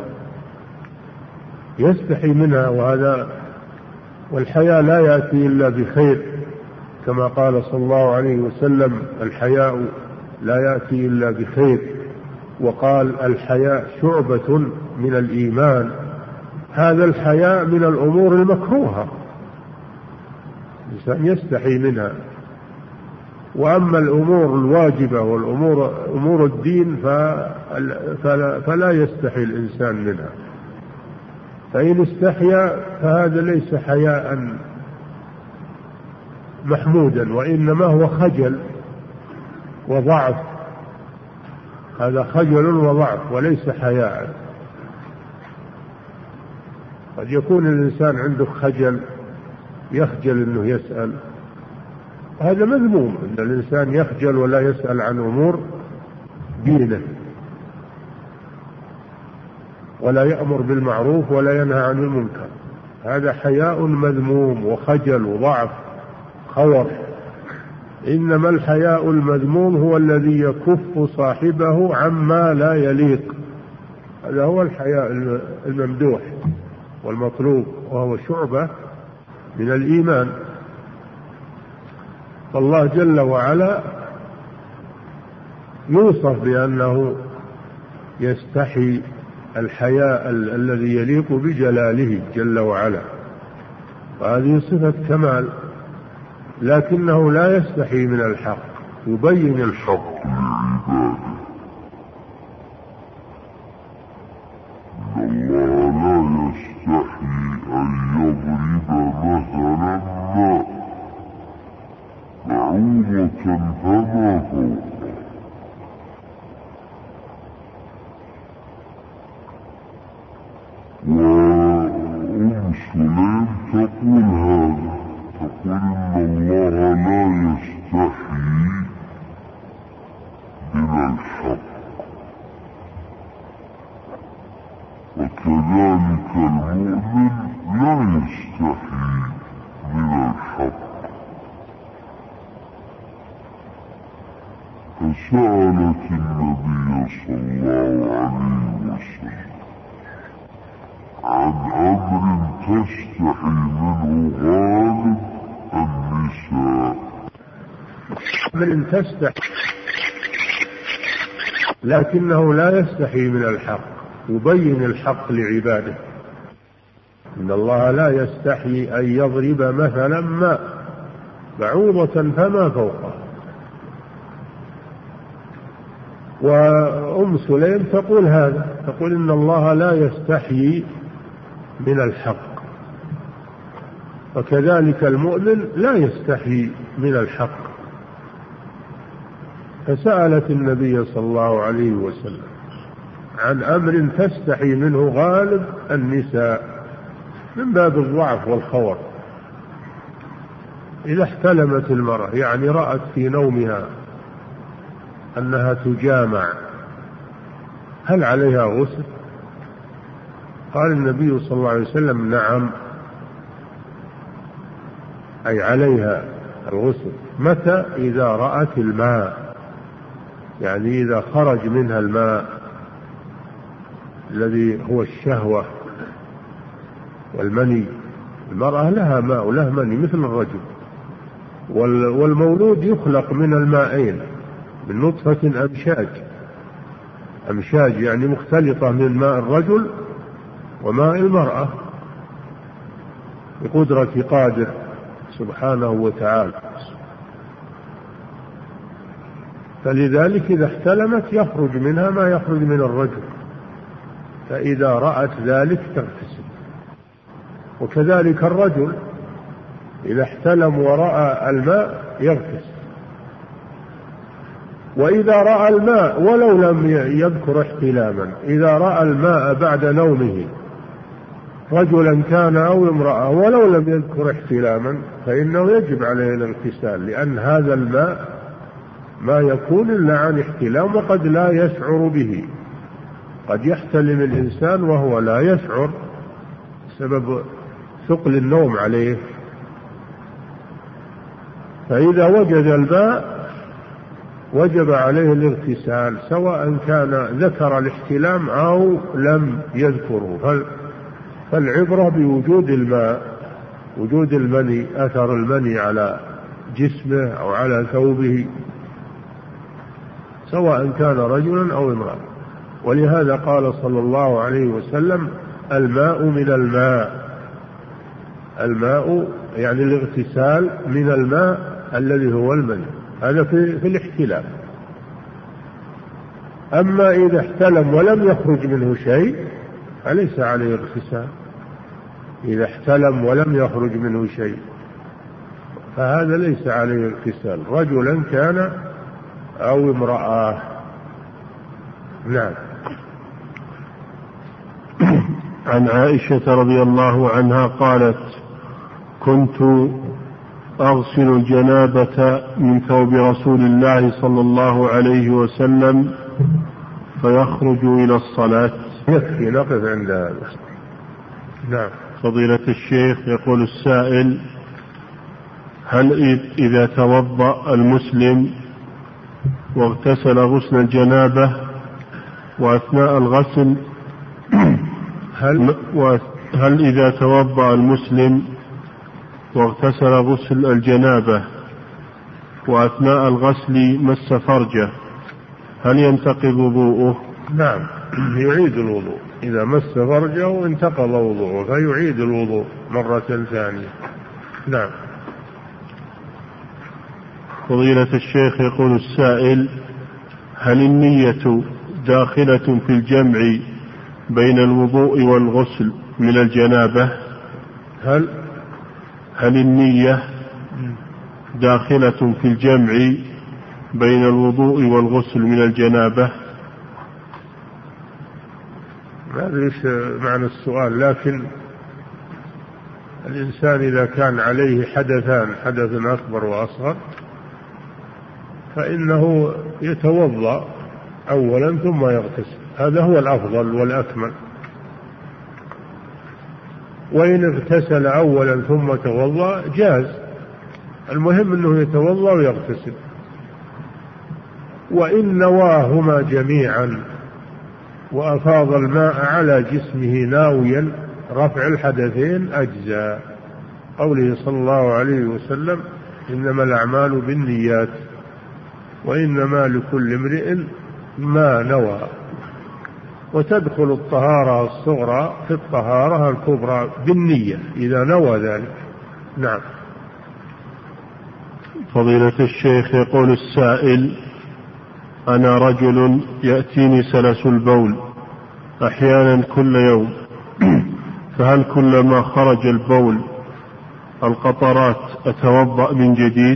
يستحي منها، وهذا والحياء لا يأتي إلا بخير، كما قال صلى الله عليه وسلم الحياء لا يأتي إلا بخير. وقال الحياء شعبة من الإيمان. هذا الحياء من الأمور المكروهة، الإنسان يستحي منها. وأما الأمور الواجبة والأمور أمور الدين فلا, فلا يستحي الإنسان منها. فإن استحيا فهذا ليس حياء محمودا، وإنما هو خجل وضعف. هذا خجل وضعف وليس حياء. قد يكون الإنسان عنده خجل، يخجل أنه يسأل، هذا مذموم، أن الإنسان يخجل ولا يسأل عن أمور دينه، ولا يأمر بالمعروف ولا ينهى عن المنكر. هذا حياء مذموم وخجل وضعف خور. إنما الحياء المذموم هو الذي يكف صاحبه عما لا يليق. هذا هو الحياء الممدوح والمطلوب، وهو شعبة من الإيمان. فالله جل وعلا يوصف بأنه يستحي الحياء الذي يليق بجلاله جل وعلا، وهذه صفة كمال. لكنه لا يستحي من الحق، يبين الحق لعباده. الله لا يستحي أن يضرب مثلا ما بعوضة فما فوقها، وأم سليم تقول هذا، تقول إن الله لا يستحي من الحق، وكذلك المؤمن لا يستحي من الحق. فسألت النبي صلى الله عليه وسلم عن أمر تستحي منه غالب النساء. أمر تستحي لكنه لا يستحي من الحق، يبين الحق لعباده. إن الله لا يستحي أن يضرب مثلا ما بعوضة فما فوقها. وأم سليم تقول هذا، تقول إن الله لا يستحي من الحق، وكذلك المؤمن لا يستحي من الحق. فسألت النبي صلى الله عليه وسلم عن أمر تستحي منه غالب النساء من باب الضعف والخور. إذا احتلمت المرأة، يعني رأت في نومها أنها تجامع، هل عليها غسل؟ قال النبي صلى الله عليه وسلم نعم، أي عليها الغسل. متى؟ إذا رأت الماء، يعني إذا خرج منها الماء الذي هو الشهوة والمني. المرأة لها ماء ولها مني مثل الرجل، والمولود يخلق من المائين، من نطفة أمشاج، أمشاج يعني مختلطة من ماء الرجل وماء المرأة بقدرة قادر سبحانه وتعالى. فلذلك إذا احتلمت يخرج منها ما يخرج من الرجل، فإذا رأت ذلك تغتسل. وكذلك الرجل إذا احتلم ورأى الماء يغتسل. وإذا رأى الماء ولو لم يذكر احتلاما، إذا رأى الماء بعد نومه رجلا كان أو امرأة ولو لم يذكر احتلاما فإنه يجب عليه الاغتسال، لأن هذا الماء ما يكون إلا عن احتلام وقد لا يشعر به. قد يحتلم الإنسان وهو لا يشعر بسبب ثقل النوم عليه. فإذا وجد الماء وجب عليه الاغتسال سواء كان ذكر الاحتلام أو لم يذكره. فالعبرة بوجود الماء، وجود المني، أثر المني على جسمه أو على ثوبه سواء كان رجلا أو امرأة. ولهذا قال صلى الله عليه وسلم الماء من الماء، الماء يعني الاغتسال من الماء الذي هو المني، هذا في, في الاحتلام. أما إذا احتلم ولم يخرج منه شيء فليس عليه اغتسال. إذا احتلم ولم يخرج منه شيء فهذا ليس عليه اغتسال، رجلا كان أو امرأة. نعم. عن عائشة رضي الله عنها قالت كنت أغسل الجنابة من ثوب رسول الله صلى الله عليه وسلم فيخرج إلى الصلاة. يكفي نقف عند هذا. نعم. فضيلة الشيخ يقول السائل هل إذا توضأ المسلم واغتسل غسل الجنابة وأثناء الغسل هل, هل إذا توضأ المسلم واغتسل غسل الجنابة وأثناء الغسل مس فرجه هل ينتقض وضوءه؟ نعم، يعيد الوضوء. إذا مس فرجه انتقض وضوءه فيعيد الوضوء مرة ثانية. نعم. فضيلة الشيخ يقول السائل هل النية داخلة في الجمع بين الوضوء والغسل من الجنابة؟ هل هل النية داخلة في الجمع بين الوضوء والغسل من الجنابة؟ ما أدري إيش معنى السؤال، لكن الإنسان إذا كان عليه حدثان، حدث أكبر وأصغر، فإنه يتوضأ أولا ثم يغتسل، هذا هو الأفضل والأكمل. وإن اغتسل أولا ثم توضأ جاز، المهم أنه يتوضأ ويغتسل. وإن نواهما جميعا وأفاض الماء على جسمه ناويا رفع الحدثين أجزاء، قوله صلى الله عليه وسلم إنما الأعمال بالنيات وإنما لكل امرئ ما نوى. وتدخل الطهارة الصغرى في الطهارة الكبرى بالنية إذا نوى ذلك. نعم. فضيلة الشيخ يقول السائل أنا رجل يأتيني سلس البول أحيانا كل يوم، فهل كلما خرج البول القطرات أتوضأ من جديد؟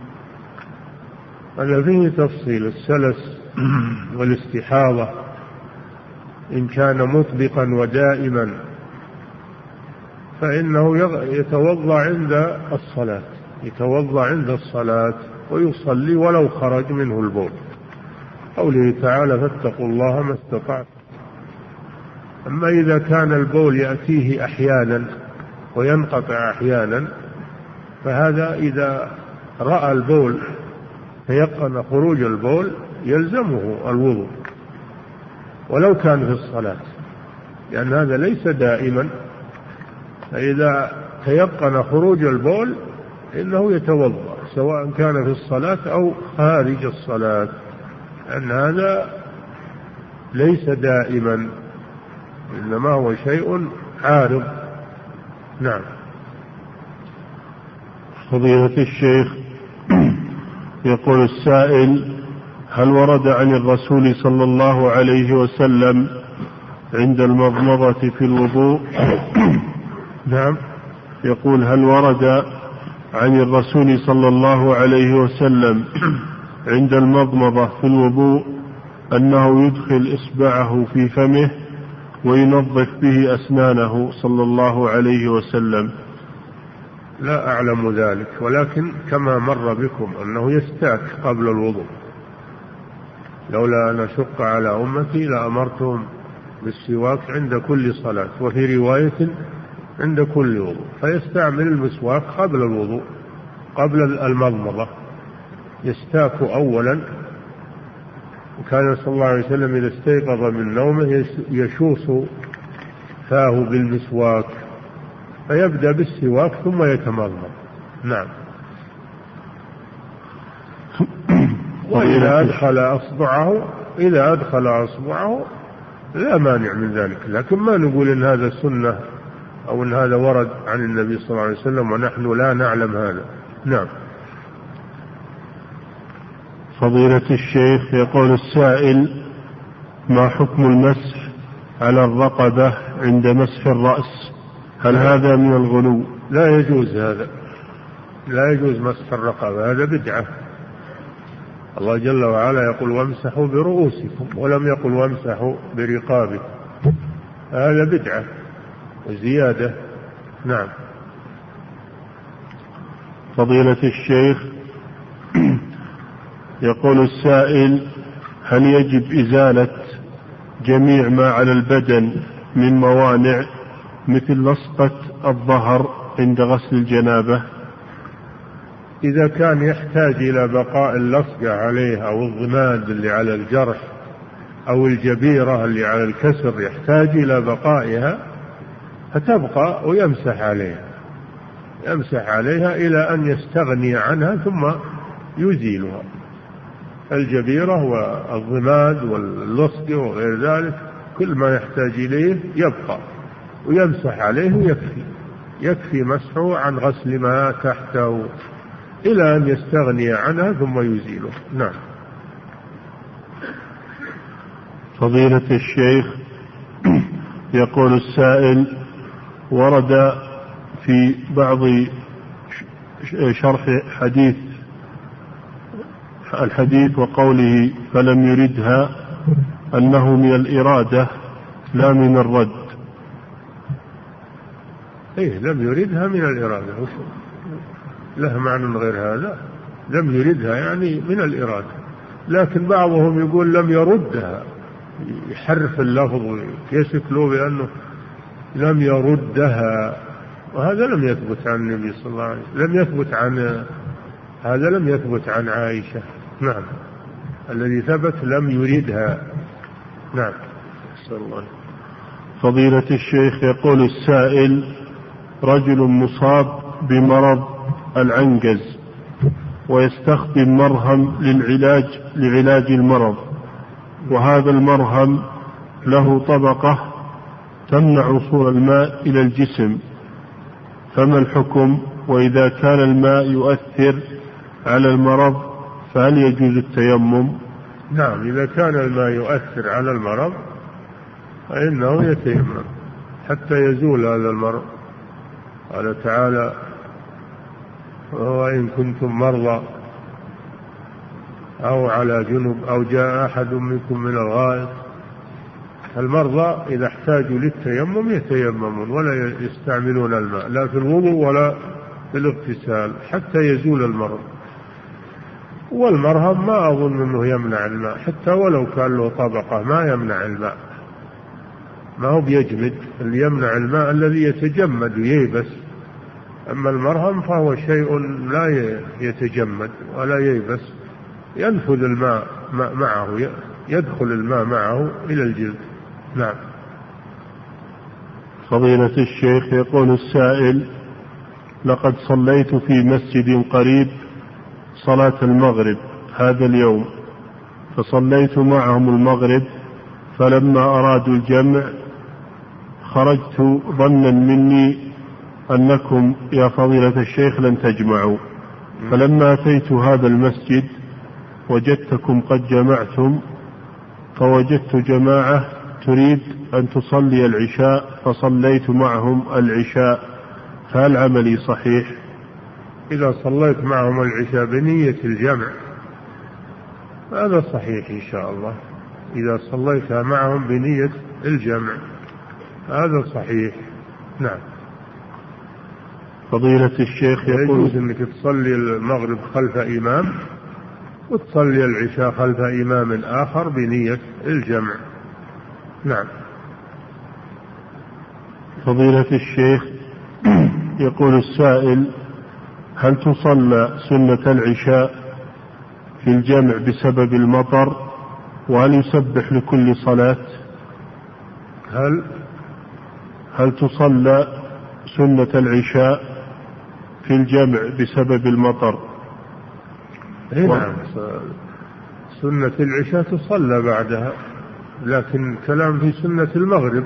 هذا فيه تفصيل. السلس والاستحاضة إن كان مطبقا ودائما فإنه يتوضأ عند الصلاة، يتوضأ عند الصلاة ويصلي ولو خرج منه البول، قوله تعالى فاتقوا الله ما استطعتم. أما إذا كان البول يأتيه أحيانا وينقطع أحيانا فهذا إذا رأى البول تيقن خروج البول يلزمه الوضوء ولو كان في الصلاة، لأن هذا ليس دائما. فإذا تيقن خروج البول إنه يتوضأ سواء كان في الصلاة أو خارج الصلاة، لأن هذا ليس دائما، إنما هو شيء عارض. نعم. فضيلة الشيخ، يقول السائل: هل ورد عن الرسول صلى الله عليه وسلم عند المضمضة في الوضوء؟ نعم. يقول: هل ورد عن الرسول صلى الله عليه وسلم عند المضمضة في الوضوء أنه يدخل إصبعه في فمه وينظف به أسنانه صلى الله عليه وسلم؟ لا أعلم ذلك، ولكن كما مر بكم أنه يستاك قبل الوضوء. لولا أن أشق على أمتي لأمرتهم بالسواك عند كل صلاة، وفي رواية عند كل وضوء، فيستعمل المسواك قبل الوضوء قبل المضمضة، يستاك أولا. وكان صلى الله عليه وسلم إذا استيقظ من نومه يشوص فاه بالمسواك، فيبدأ بالسواك ثم يتمضمض. نعم. وإذا أدخل أصبعه إذا أدخل أصبعه لا مانع من ذلك، لكن ما نقول إن هذا سنة أو إن هذا ورد عن النبي صلى الله عليه وسلم ونحن لا نعلم هذا. نعم. فضيلة الشيخ، يقول السائل: ما حكم المسح على الرقبة عند مسح الرأس؟ هل هذا من الغلو؟ لا يجوز هذا، لا يجوز مسح الرقبة، هذا بدعة. الله جل وعلا يقول: وامسحوا برؤوسكم، ولم يقل وامسحوا برقابكم، هذا بدعة وزيادة. نعم. فضيلة الشيخ، يقول السائل: هل يجب إزالة جميع ما على البدن من موانع مثل لصقة الظهر عند غسل الجنابة؟ إذا كان يحتاج إلى بقاء اللصقة عليه أو الضماد اللي على الجرح أو الجبيرة اللي على الكسر يحتاج إلى بقائها فتبقى ويمسح عليها يمسح عليها إلى أن يستغني عنها ثم يزيلها. الجبيرة والضماد واللصق وغير ذلك كل ما يحتاج إليه يبقى ويمسح عليه يكفي يكفي مسحه عن غسل ما تحته إلى أن يستغني عنها ثم يزيله. نعم. فضيلة الشيخ، يقول السائل: ورد في بعض شرح حديث الحديث وقوله فلم يردها أنه من الإرادة لا من الرد. إيه، لم يردها من الإرادة، له معنى غير هذا. لم يردها يعني من الإرادة، لكن بعضهم يقول لم يردها، يحرف اللفظ ويشكله بأنه لم يردها، وهذا لم يثبت عن النبي صلى الله عليه وسلم، لم يثبت عن هذا لم يثبت عن عائشة. نعم. الذي ثبت لم يردها. نعم. الله. فضيلة الشيخ، يقول السائل: رجل مصاب بمرض العنجز ويستخدم مرهم للعلاج لعلاج المرض، وهذا المرهم له طبقة تمنع وصول الماء إلى الجسم، فما الحكم؟ وإذا كان الماء يؤثر على المرض فهل يجوز التيمم؟ نعم، إذا كان الماء يؤثر على المرض فإنه يتيمم حتى يزول هذا المرض. قال تعالى: وإن كنتم مرضى أو على جنب أو جاء أحد منكم من الغائط. المرضى إذا احتاجوا للتيمم يتيممون ولا يستعملون الماء لا في الوضوء ولا في الاغتسال حتى يزول المرض. والمرهم ما أظن أنه يمنع الماء، حتى ولو كان له طبقة ما يمنع الماء، ما هو بيجمد. اللي يمنع الماء الذي يتجمد وييبس، أما المرهم فهو شيء لا يتجمد ولا ييبس، ينفذ الماء معه، يدخل الماء معه إلى الجلد. نعم. فضيلة الشيخ، يقول السائل: لقد صليت في مسجد قريب صلاة المغرب هذا اليوم، فصليت معهم المغرب، فلما أرادوا الجمع خرجت ظنا مني أنكم يا فضيلة الشيخ لن تجمعوا، فلما أتيت هذا المسجد وجدتكم قد جمعتم، فوجدت جماعة تريد أن تصلي العشاء فصليت معهم العشاء، فهل عملي صحيح؟ إذا صليت معهم العشاء بنية الجمع هذا صحيح إن شاء الله. إذا صليت معهم بنية الجمع هذا صحيح. نعم. فضيلة الشيخ، يقول: يجوز أنك تصلي المغرب خلف إمام وتصلي العشاء خلف إمام آخر بنية الجمع. نعم. فضيلة الشيخ، يقول السائل: هل تصلى سنة العشاء في الجمع بسبب المطر، وهل يسبح لكل صلاة؟ هل هل تصلى سنة العشاء في الجمع بسبب المطر؟ نعم، سنة العشاء تصلى بعدها، لكن كلام في سنة المغرب،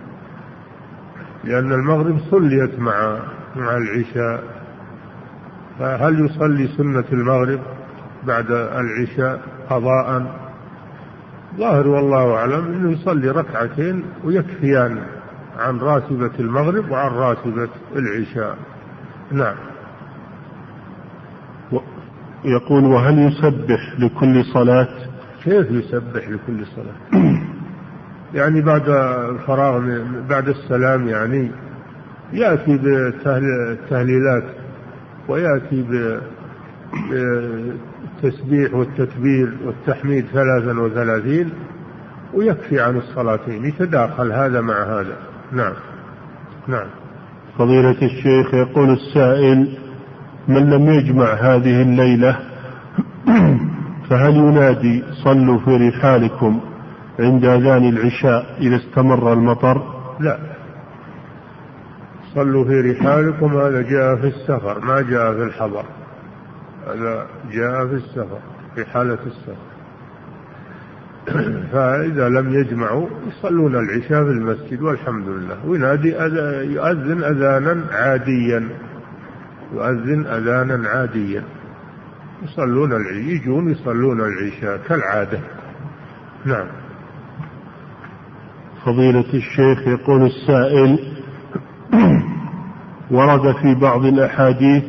لأن المغرب صليت مع مع العشاء، فهل يصلي سنة المغرب بعد العشاء قضاء؟ ظاهر والله أعلم أنه يصلي ركعتين ويكفيان عن راتبة المغرب وعن راتبة العشاء. نعم. يقول: وهل يسبح لكل صلاة؟ كيف يسبح لكل صلاة؟ يعني بعد الفراغ بعد السلام يعني يأتي بالتهليلات ويأتي بالتسبيح والتكبير والتحميد ثلاثا وثلاثين ويكفي عن الصلاتين، يتداخل هذا مع هذا. نعم. نعم. فضيلة الشيخ، يقول السائل: من لم يجمع هذه الليلة فهل ينادي صلوا في رحالكم عند أذان العشاء إذا استمر المطر؟ لا، صلوا في رحالكم هذا جاء في السفر، ما جاء في الحضر، هذا جاء في السفر في حالة السفر. فإذا لم يجمعوا يصلون العشاء في المسجد والحمد لله، وينادي يؤذن أذانا عاديا، يؤذن أذانا عاديا، يصلون العشاء، يجون يصلون العشاء كالعادة. نعم. فضيلة الشيخ، يقول السائل: ورد في بعض الأحاديث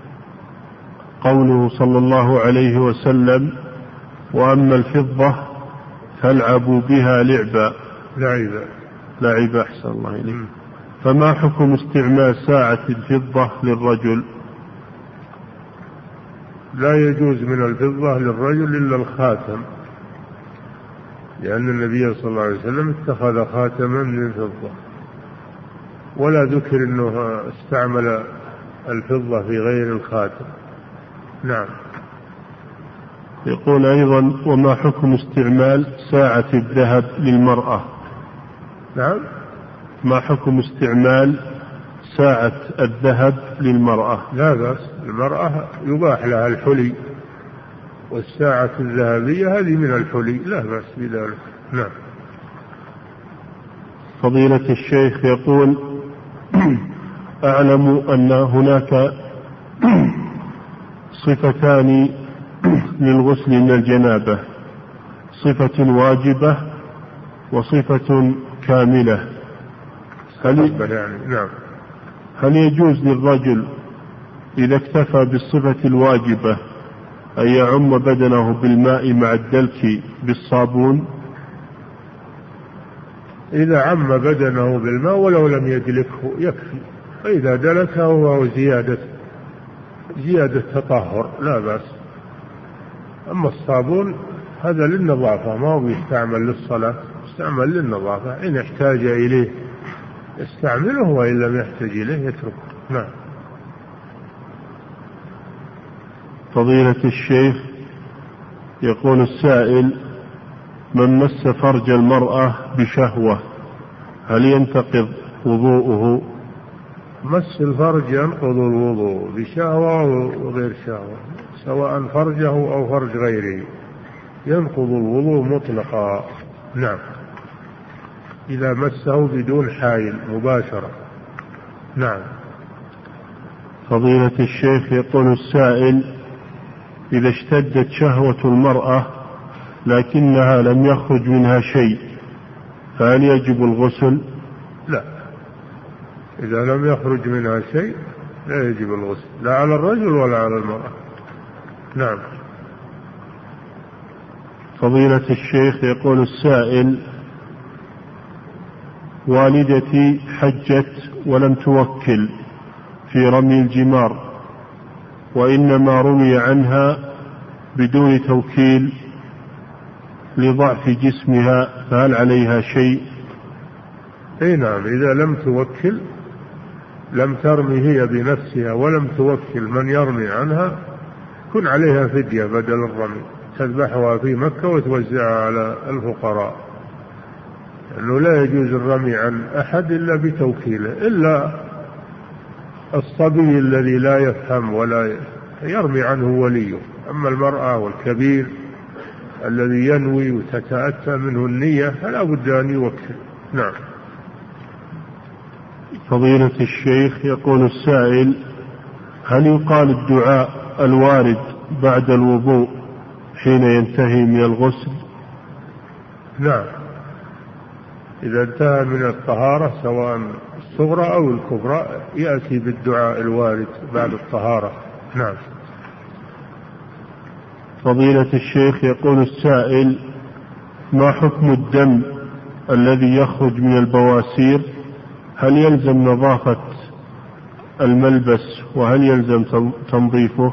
قوله صلى الله عليه وسلم: وأما الفضة فالعبوا بها لعبا. لعبا لعبا أحسن الله إليك. فما حكم استعمال ساعة الفضة للرجل؟ لا يجوز من الفضة للرجل إلا الخاتم، لأن النبي صلى الله عليه وسلم اتخذ خاتما من فضة، ولا ذكر أنه استعمل الفضة في غير الخاتم. نعم. يقول أيضا: وما حكم استعمال ساعة الذهب للمرأة؟ نعم. ما حكم استعمال ساعة الذهب للمرأة؟ لا بأس، المرأة يباح لها الحلي، والساعة الذهبية هذه من الحلي، لا بأس بذلك. نعم. فضيلة الشيخ، يقول: أعلم أن هناك صفتان للغسل من الجنابة، صفة واجبة وصفة كاملة، هل, يعني نعم. هل يجوز للرجل إذا اكتفى بالصفة الواجبة أن يعم بدنه بالماء مع الدلك بالصابون؟ إذا عم بدنه بالماء ولو لم يدلكه يكفي، فإذا دلكه هو زيادة زيادة تطهر لا بأس. أما الصابون هذا للنظافة، ما هو بيستعمل للصلاة، يستعمل للنظافة، إن احتاج إليه يستعمله وإن لم يحتاج إليه يتركه. نعم. فضيلة الشيخ، يقول السائل: من مس فرج المرأة بشهوة هل ينتقض وضوءه؟ مس الفرج ينقض الوضوء بشهوة وغير شهوة، سواء فرجه أو فرج غيره ينقض الوضوء مطلقا. نعم، إذا مسه بدون حائل مباشرة. نعم. فضيلة الشيخ يقول السائل: إذا اشتدت شهوة المرأة لكنها لم يخرج منها شيء فهل يجب الغسل؟ لا، إذا لم يخرج منها شيء لا يجب الغسل، لا على الرجل ولا على المرأة. نعم. فضيلة الشيخ يقول السائل: والدتي حجت ولم توكل في رمي الجمار، وإنما رمي عنها بدون توكيل لضعف جسمها، فهل عليها شيء؟ اي نعم، إذا لم توكل، لم ترمي هي بنفسها ولم توكل من يرمي عنها، كن عليها فدية بدل الرمي، تذبحها في مكة وتوزعها على الفقراء، لأنه لا يجوز الرمي عن أحد إلا بتوكيله، إلا الصبي الذي لا يفهم ولا يرمي عنه وليه. أما المرأة والكبير الذي ينوي وتتأتى منه النية فلا بد أن يوكل. نعم. فضيلة الشيخ يقول السائل: هل يقال الدعاء الوارد بعد الوضوء حين ينتهي من الغسل؟ نعم، إذا انتهى من الطهارة سواء الصغرى أو الكبرى يأتي بالدعاء الوارد بعد الطهارة. نعم. فضيلة الشيخ يقول السائل: ما حكم الدم الذي يخرج من البواسير؟ هل يلزم نظافة الملبس وهل يلزم تنظيفه؟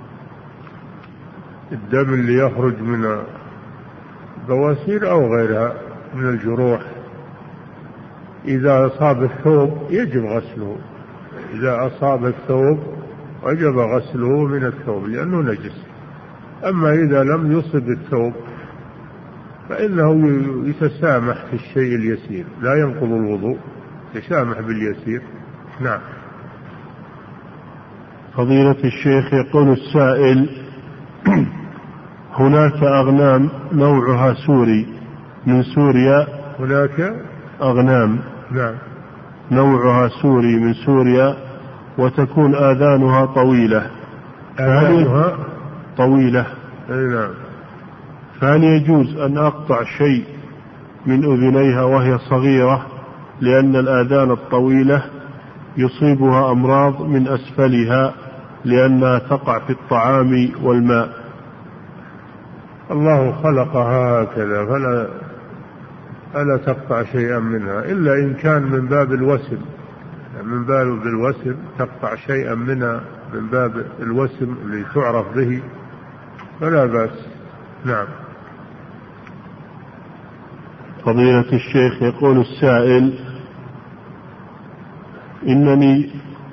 الدم اللي يخرج من البواسير أو غيرها من الجروح إذا أصاب الثوب يجب غسله، إذا أصاب الثوب وجب غسله من الثوب لأنه نجس. أما إذا لم يصب الثوب فإنه يتسامح في الشيء اليسير، لا ينقض الوضوء، يتسامح باليسير. نعم. فضيلة الشيخ يقول السائل: هناك أغنام نوعها سوري من سوريا. هناك أغنام نعم نوعها سوري من سوريا وتكون آذانها طويلة. آذانها طويلة. نعم. فهل يجوز أن أقطع شيء من أذنيها وهي صغيرة، لأن الآذان الطويلة يصيبها أمراض من أسفلها لأنها تقع في الطعام والماء؟ الله خلقها هكذا فلا ألا تقطع شيئا منها إلا إن كان من باب الوسم، من باب الوسم تقطع شيئا منها من باب الوسم اللي تعرف به فلا بأس. نعم. فضيلة الشيخ يقول السائل: إنني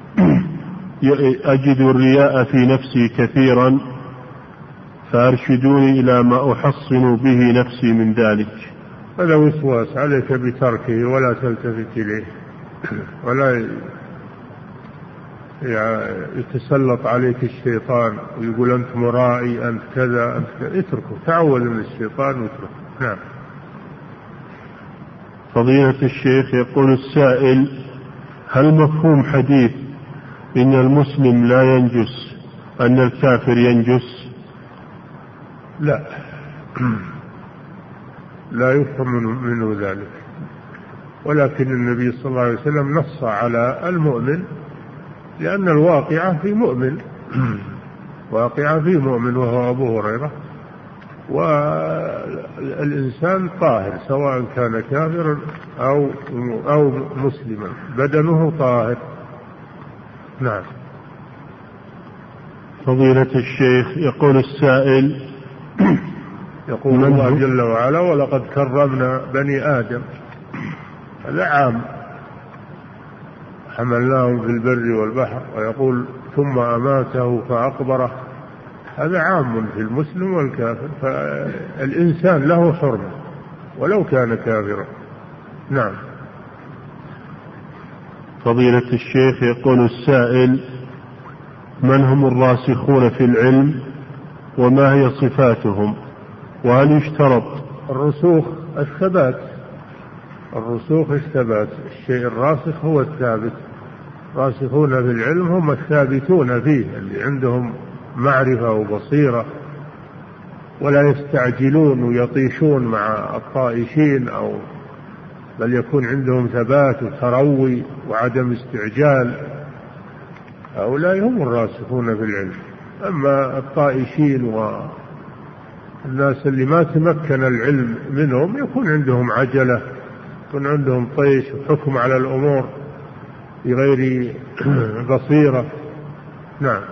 أجد الرياء في نفسي كثيرا فأرشدوني إلى ما أحصن به نفسي من ذلك. هذا وسواس، عليك بتركه ولا تلتفت إليه، ولا يتسلط عليك الشيطان ويقول أنت مرائي أنت كذا أنت كذا، اتركه، تعوذ من الشيطان واتركه. نعم. فضيلة الشيخ يقول السائل: هل مفهوم حديث إن المسلم لا ينجس أن الكافر ينجس؟ لا لا يفهم منه ذلك، ولكن النبي صلى الله عليه وسلم نص على المؤمن لأن الواقعة في مؤمن واقعة في مؤمن وهو أبو هريرة، والإنسان طاهر سواء كان كافرا أو أو مسلما، بدنه طاهر. نعم. فضيلة الشيخ يقول السائل: يقول الله جل وعلا: ولقد كرمنا بني آدم، هذا عام، حملناهم في البر والبحر، ويقول: ثم أماته فأقبره هذا عام في المسلم والكافر، فالإنسان له حرمة ولو كان كافرا. نعم. فضيلة الشيخ يقول السائل: من هم الراسخون في العلم وما هي صفاتهم، وهل يشترط؟ الرسوخ الثبات، الرسوخ الثبات، الشيء الراسخ هو الثابت. راسخون في العلم هم الثابتون فيه، اللي عندهم معرفة وبصيرة ولا يستعجلون ويطيشون مع الطائشين، أو بل يكون عندهم ثبات وتروي وعدم استعجال. هؤلاء هم الراسخون في العلم. أما الطائشين والناس اللي ما تمكن العلم منهم يكون عندهم عجلة، يكون عندهم طيش وحكم على الأمور بغير بصيرة. نعم.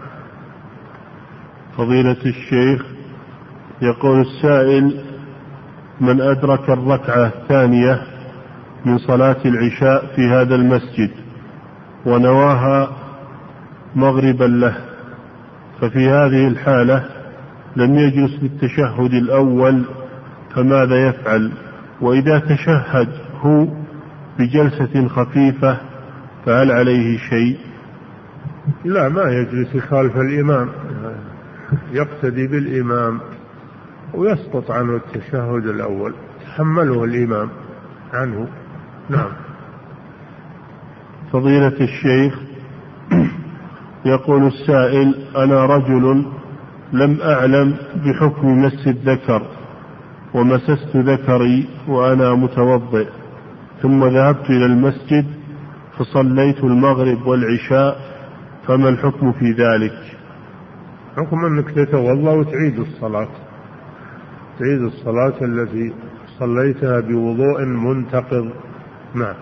فضيلة الشيخ يقول السائل: من أدرك الركعة الثانية من صلاة العشاء في هذا المسجد ونواها مغربا له، ففي هذه الحالة لم يجلس للتشهد الأول، فماذا يفعل؟ وإذا تشهد هو بجلسة خفيفة فهل عليه شيء؟ لا، ما يجلس خلف الإمام، يقتدي بالإمام ويسقط عنه التشهد الأول، تحمله الإمام عنه. نعم. فضيلة الشيخ يقول السائل: أنا رجل لم أعلم بحكم مس الذكر، ومسست ذكري وأنا متوضئ، ثم ذهبت إلى المسجد فصليت المغرب والعشاء، فما الحكم في ذلك؟ حكم أنك تتوضأ وتعيد الصلاة، تعيد الصلاة التي صليتها بوضوء منتقض. نعم.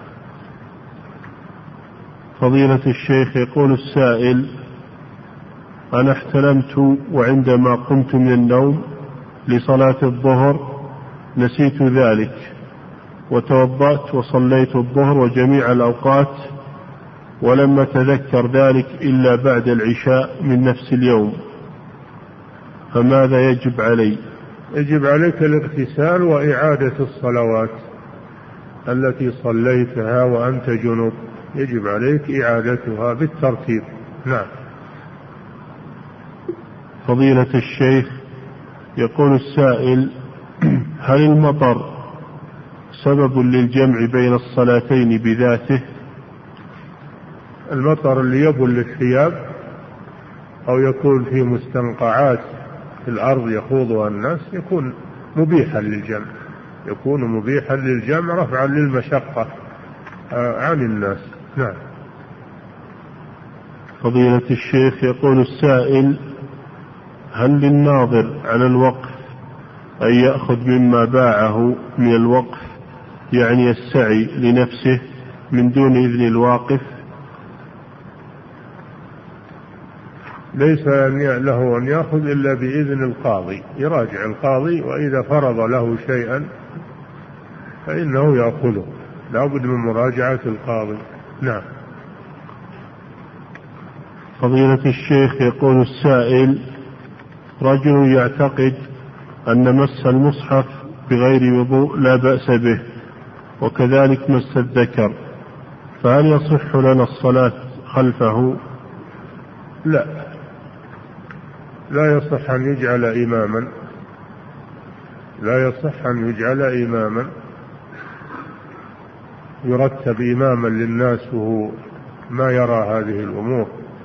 فضيلة الشيخ يقول السائل: أنا احتلمت وعندما قمت من النوم لصلاة الظهر نسيت ذلك، وتوضأت وصليت الظهر وجميع الأوقات، ولم أتذكر ذلك إلا بعد العشاء من نفس اليوم، فماذا يجب علي؟ يجب عليك الاغتسال وإعادة الصلوات التي صليتها وأنت جنوب، يجب عليك إعادتها بالترتيب. نعم. فضيلة الشيخ يقول السائل: هل المطر سبب للجمع بين الصلاتين بذاته؟ المطر اللي يبل الثياب أو يكون في مستنقعات في الأرض يخوضها الناس يكون مبيحا للجمع، يكون مبيحا للجمع رفعا للمشقة عن الناس. نعم. فضيلة الشيخ يقول السائل: هل للناظر على الوقف أن يأخذ مما باعه من الوقف، يعني السعي لنفسه من دون إذن الواقف؟ ليس له أن يأخذ إلا بإذن القاضي، يراجع القاضي، وإذا فرض له شيئا فإنه يأخذه، لا بد من مراجعة القاضي. نعم. فضيلة الشيخ يقول السائل: رجل يعتقد أن مس المصحف بغير وضوء لا بأس به، وكذلك مس الذكر، فهل يصح لنا الصلاة خلفه؟ لا، لا يصح أن يجعل إماما، لا يصح أن يجعل إماما يرتب إماما للناس وهو ما يرى هذه الأمور.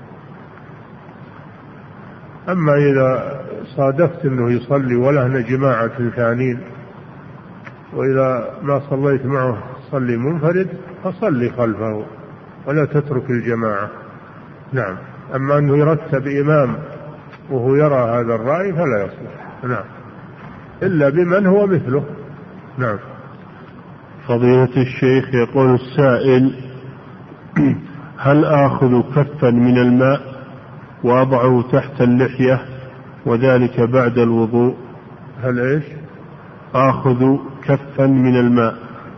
أما إذا صادفت أنه يصلي ولهنا جماعة ثانين، وإذا ما صليت معه صلي منفرد فصلي خلفه ولا تترك الجماعة. نعم. أما أنه يرتب إمام وهو يرى هذا الرأي فلا يصلح. نعم. إلا بمن هو مثله. نعم. فضيلة الشيخ يقول السائل: هل آخذ كفا من الماء وأضعه تحت اللحية وذلك بعد الوضوء؟ هل إيش؟ آخذ كفا من الماء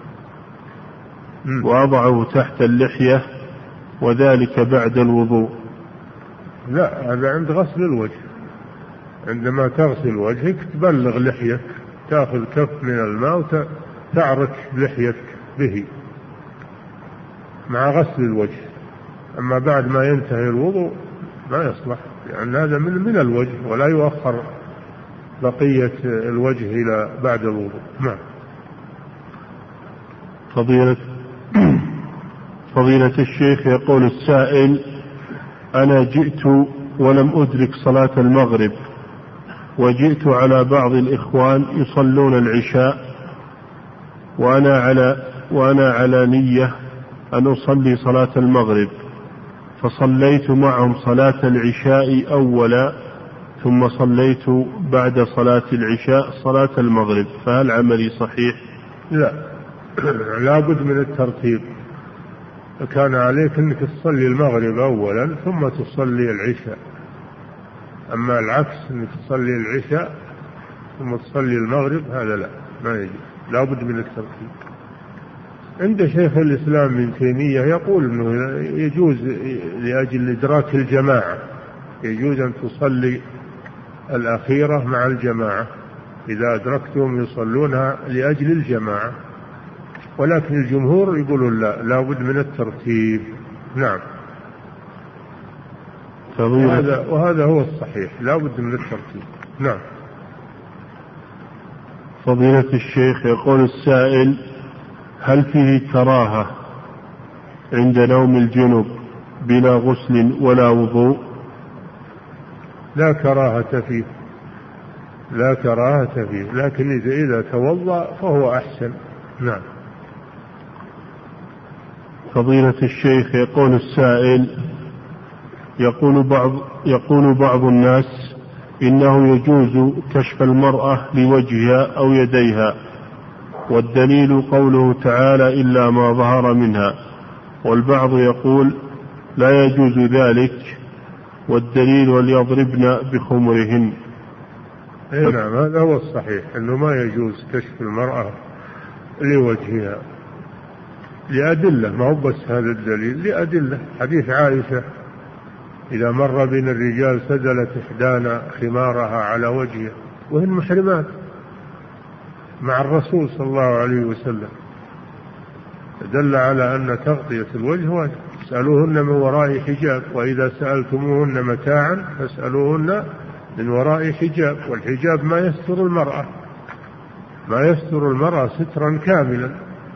م. وأضعه تحت اللحية وذلك بعد الوضوء. لا، هذا عند غسل الوجه، عندما تغسل وجهك تبلغ لحيك، تأخذ كف من الماء وتعرك لحيتك به مع غسل الوجه. أما بعد ما ينتهي الوضوء ما يصلح، لأن يعني هذا من من الوجه، ولا يؤخر بقية الوجه إلى بعد الوضوء. نعم. فضيلة فضيلة الشيخ، يقول السائل: أنا جئت ولم أدرك صلاة المغرب، وجئت على بعض الإخوان يصلون العشاء، وأنا على وأنا على نية أن أصلي صلاة المغرب، فصليت معهم صلاة العشاء أولا، ثم صليت بعد صلاة العشاء صلاة المغرب، فهل عملي صحيح؟ لا، لا بد من الترتيب. كان عليك أنك تصلي المغرب أولا ثم تصلي العشاء. أما العكس، أنك تصلي العشاء ثم تصلي المغرب، هذا لا، ما يجوز، لا بد من الترتيب. عند شيخ الإسلام ابن تيمية يقول أنه يجوز لأجل إدراك الجماعة، يجوز أن تصلي الأخيرة مع الجماعة إذا أدركتهم يصلونها لأجل الجماعة، ولكن الجمهور يقولون لا، لا بد من الترتيب. نعم. وهذا, وهذا هو الصحيح، لا بد من الترتيب. نعم. فضيلة الشيخ، يقول السائل: هل فيه كراهة عند نوم الجنب بلا غسل ولا وضوء؟ لا كراهة فيه، لا كراهة فيه، لكن إذا, إذا توضأ فهو أحسن. نعم. فضيلة الشيخ، يقول السائل: يقول بعض, يقول بعض الناس إنه يجوز كشف المرأة لوجهها أو يديها، والدليل قوله تعالى: إلا ما ظهر منها، والبعض يقول لا يجوز ذلك، والدليل: وليضربن بخمرهن. نعم، هذا هو الصحيح، أنه ما يجوز كشف المرأة لوجهها لأدلة، ما هو بس هذا الدليل، لأدلة. حديث عائشة: إذا مر بين الرجال سدلت إحدانا خمارها على وجهها، وهن محرمات مع الرسول صلى الله عليه وسلم، دل على أن تغطية الوجه واجب. اسألوهن من وراء حجاب، وإذا سألتموهن متاعا فاسألوهن من وراء حجاب، والحجاب ما يستر المرأة، ما يستر المرأة سترا كاملا.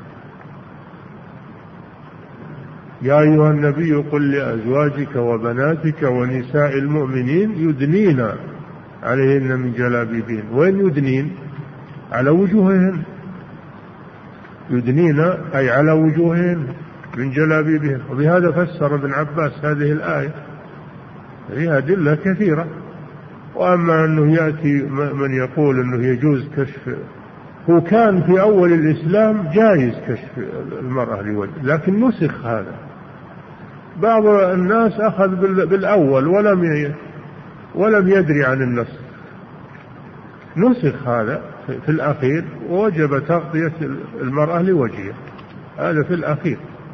يا أيها النبي قل لأزواجك وبناتك ونساء المؤمنين يدنين عليهن من جلابيبهن. وين يدنين؟ على وجوههن، يدنين أي على وجوههن من جلابيبهن. وبهذا فسر ابن عباس هذه الآية، هي أدلة كثيرة. وأما أنه يأتي من يقول أنه يجوز كشف، هو كان في أول الإسلام جائز كشف المرأة لوجه، لكن نسخ هذا. بعض الناس أخذ بالأول ولم ولم يدري عن النسخ، نسخ هذا في الأخير، ووجب تغطية المرأة لوجهها، هذا في الأخير.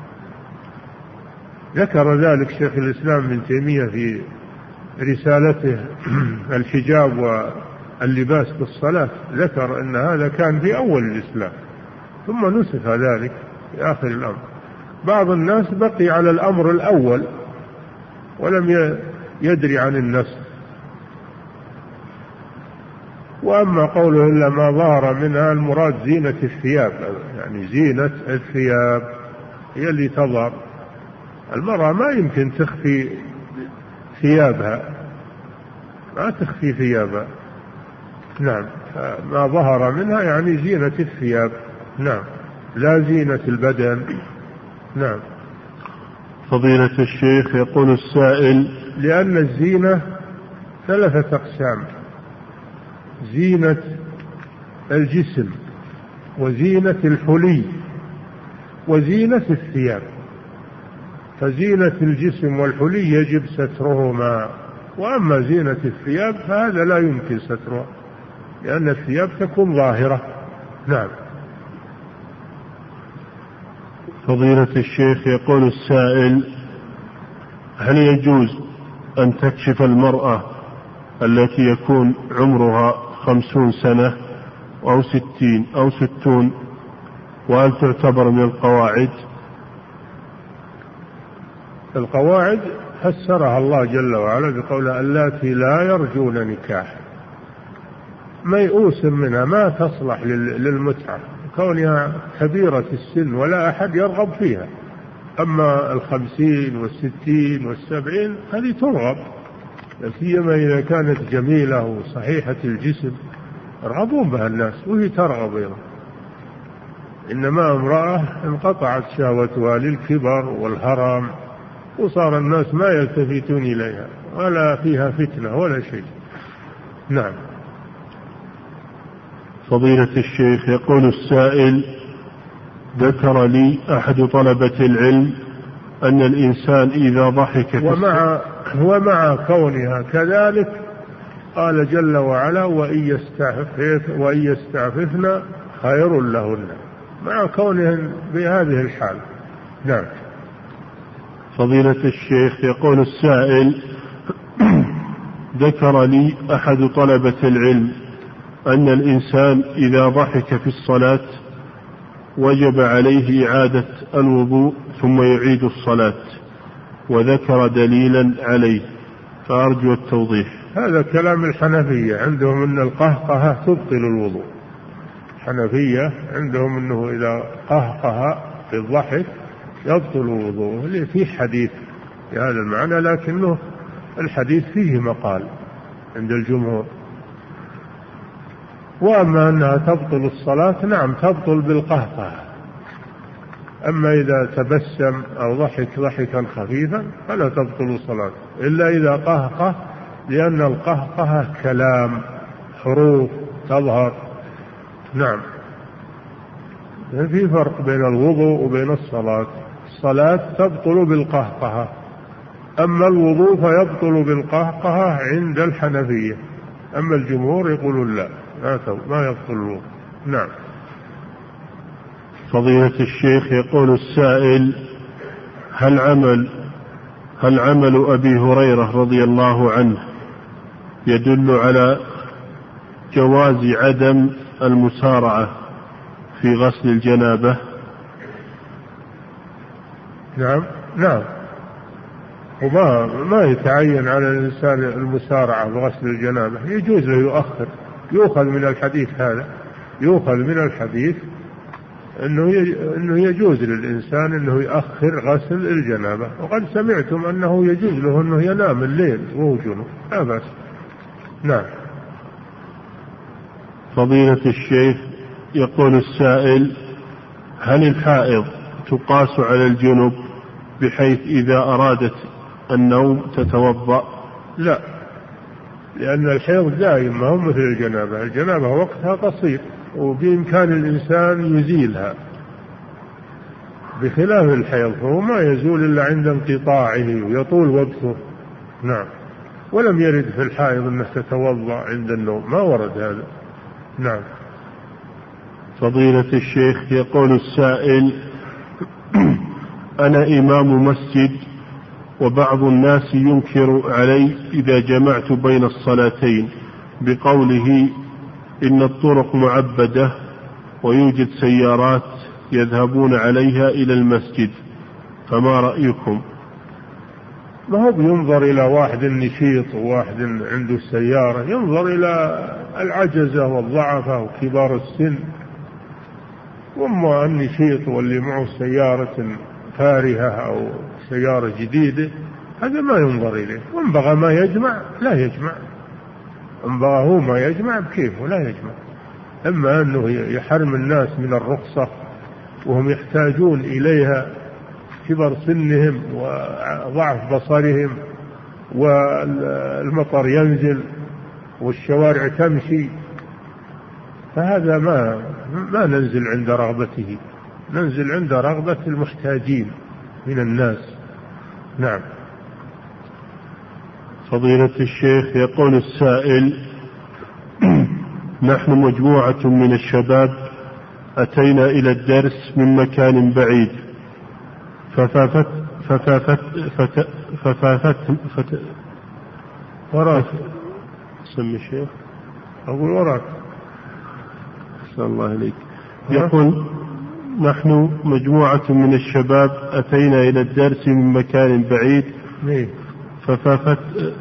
ذكر ذلك شيخ الإسلام ابن تيمية في رسالته الحجاب واللباس بالصلاة، ذكر أن هذا كان في أول الإسلام ثم نسخ ذلك في آخر الأمر. بعض الناس بقي على الأمر الأول ولم يدري عن النسخ. وأما قوله إلا ما ظهر منها، المراد زينة الثياب، يعني زينة الثياب هي اللي تظهر. المرأة ما يمكن تخفي ثيابها، ما تخفي ثيابها. نعم، ما ظهر منها يعني زينة الثياب، نعم، لا زينة البدن. نعم. فضيلة الشيخ، يقول السائل: لأن الزينة ثلاثة أقسام: زينة الجسم، وزينة الحلي، وزينة الثياب. فزينة الجسم والحلي يجب سترهما، وأما زينة الثياب فهذا لا يمكن سترها، لأن الثياب تكون ظاهرة. نعم. فضيلة الشيخ، يقول السائل: هل يجوز أن تكشف المرأة التي يكون عمرها خمسون سنة أو ستين أو ستون، وهل تعتبر من القواعد؟ القواعد فسرها الله جل وعلا بقوله اللاتي لا يرجون نكاح، ميؤوس منها، ما تصلح للمتعة كونها كبيرة السن ولا أحد يرغب فيها. أما الخمسين والستين والسبعين هذه ترغب، سيما إذا كانت جميلة وصحيحة الجسم يرغبون بها الناس وهي ترغب أيضا. إنما امرأة انقطعت شهوتها للكبر والهرم وصار الناس ما يلتفتون إليها ولا فيها فتنة ولا شيء. نعم. فضيلة الشيخ، يقول السائل: ذكر لي أحد طلبة العلم أن الإنسان إذا ضحك ومع, ومع كونها كذلك قال جل وعلا وإن يستعفف وإن يستعففن خير لهن، مع كونهن بهذه الحال. نعم. فضيلة الشيخ، يقول السائل: ذكر لي أحد طلبة العلم أن الإنسان إذا ضحك في الصلاة وجب عليه إعادة الوضوء ثم يعيد الصلاة، وذكر دليلا عليه، فأرجو التوضيح. هذا كلام الحنفية، عندهم أن القهقهة تبطل الوضوء. الحنفية عندهم أنه إذا قهقه في الضحك يبطل الوضوء، اللي فيه حديث في هذا المعنى، لكنه الحديث فيه مقال عند الجمهور. وأما أنها تبطل الصلاة، نعم تبطل بالقهقه. أما إذا تبسم أو ضحك ضحكا خفيفا فلا تبطل الصلاة إلا إذا قهقه، لأن القهقه كلام حروف تظهر. نعم. في فرق بين الوضوء وبين الصلاة. الصلاة تبطل بالقهقه، أما الوضوء فيبطل بالقهقه عند الحنفية، أما الجمهور يقولون لا ما يبطل الوضوء. نعم. فضيلة الشيخ، يقول السائل: هل عمل هل عمل أبي هريرة رضي الله عنه يدل على جواز عدم المسارعة في غسل الجنابة؟ نعم نعم. وما ما يتعين على الإنسان المسارعة بغسل الجنابة، يجوز له يؤخر. يؤخذ من الحديث هذا يؤخذ من الحديث أنه أنه يجوز للإنسان أنه يؤخر غسل الجنابة، وقد سمعتم أنه يجوز له أنه ينام الليل وهو جنوب، لا بأس. نعم. فضيلة الشيخ، يقول السائل: هل الحائض تقاس على الجنوب بحيث إذا أرادت النوم تتوضأ؟ لا، لأن الحيض دائم ما هو مثل الجنابة. الجنابة وقتها قصير وبإمكان الإنسان يزيلها، بخلاف الحيض فهو ما يزول إلا عند انقطاعه ويطول وقته. نعم. ولم يرد في الحائض أنها تتوضأ عند النوم، ما ورد هذا. نعم. فضيلة الشيخ، يقول السائل: أنا إمام مسجد وبعض الناس ينكر علي إذا جمعت بين الصلاتين بقوله إن الطرق معبدة ويوجد سيارات يذهبون عليها إلى المسجد، فما رأيكم؟ ما هو بينظر إلى واحد نشيط وواحد عنده السيارة، ينظر إلى العجزة والضعفة وكبار السن. وأما النشيط واللي معه سيارة فارهة أو سيارة جديدة هذا ما ينظر إليه. وإن بغى ما يجمع لا يجمع، إن بغى هو ما يجمع بكيفه لا يجمع. أما أنه يحرم الناس من الرخصة وهم يحتاجون إليها، كبر سنهم وضعف بصرهم والمطر ينزل والشوارع تمشي، فهذا ما ما ننزل عند رغبته، ننزل عند رغبة المحتاجين من الناس. نعم. فضيلة الشيخ، يقول السائل: نحن مجموعة من الشباب أتينا إلى الدرس من مكان بعيد، ففافت ففافت ففافت ففافت سمي الشيخ. أقول وراك. أحسن الله إليك. يقول نحن مجموعة من الشباب أتينا إلى الدرس من مكان بعيد ففافت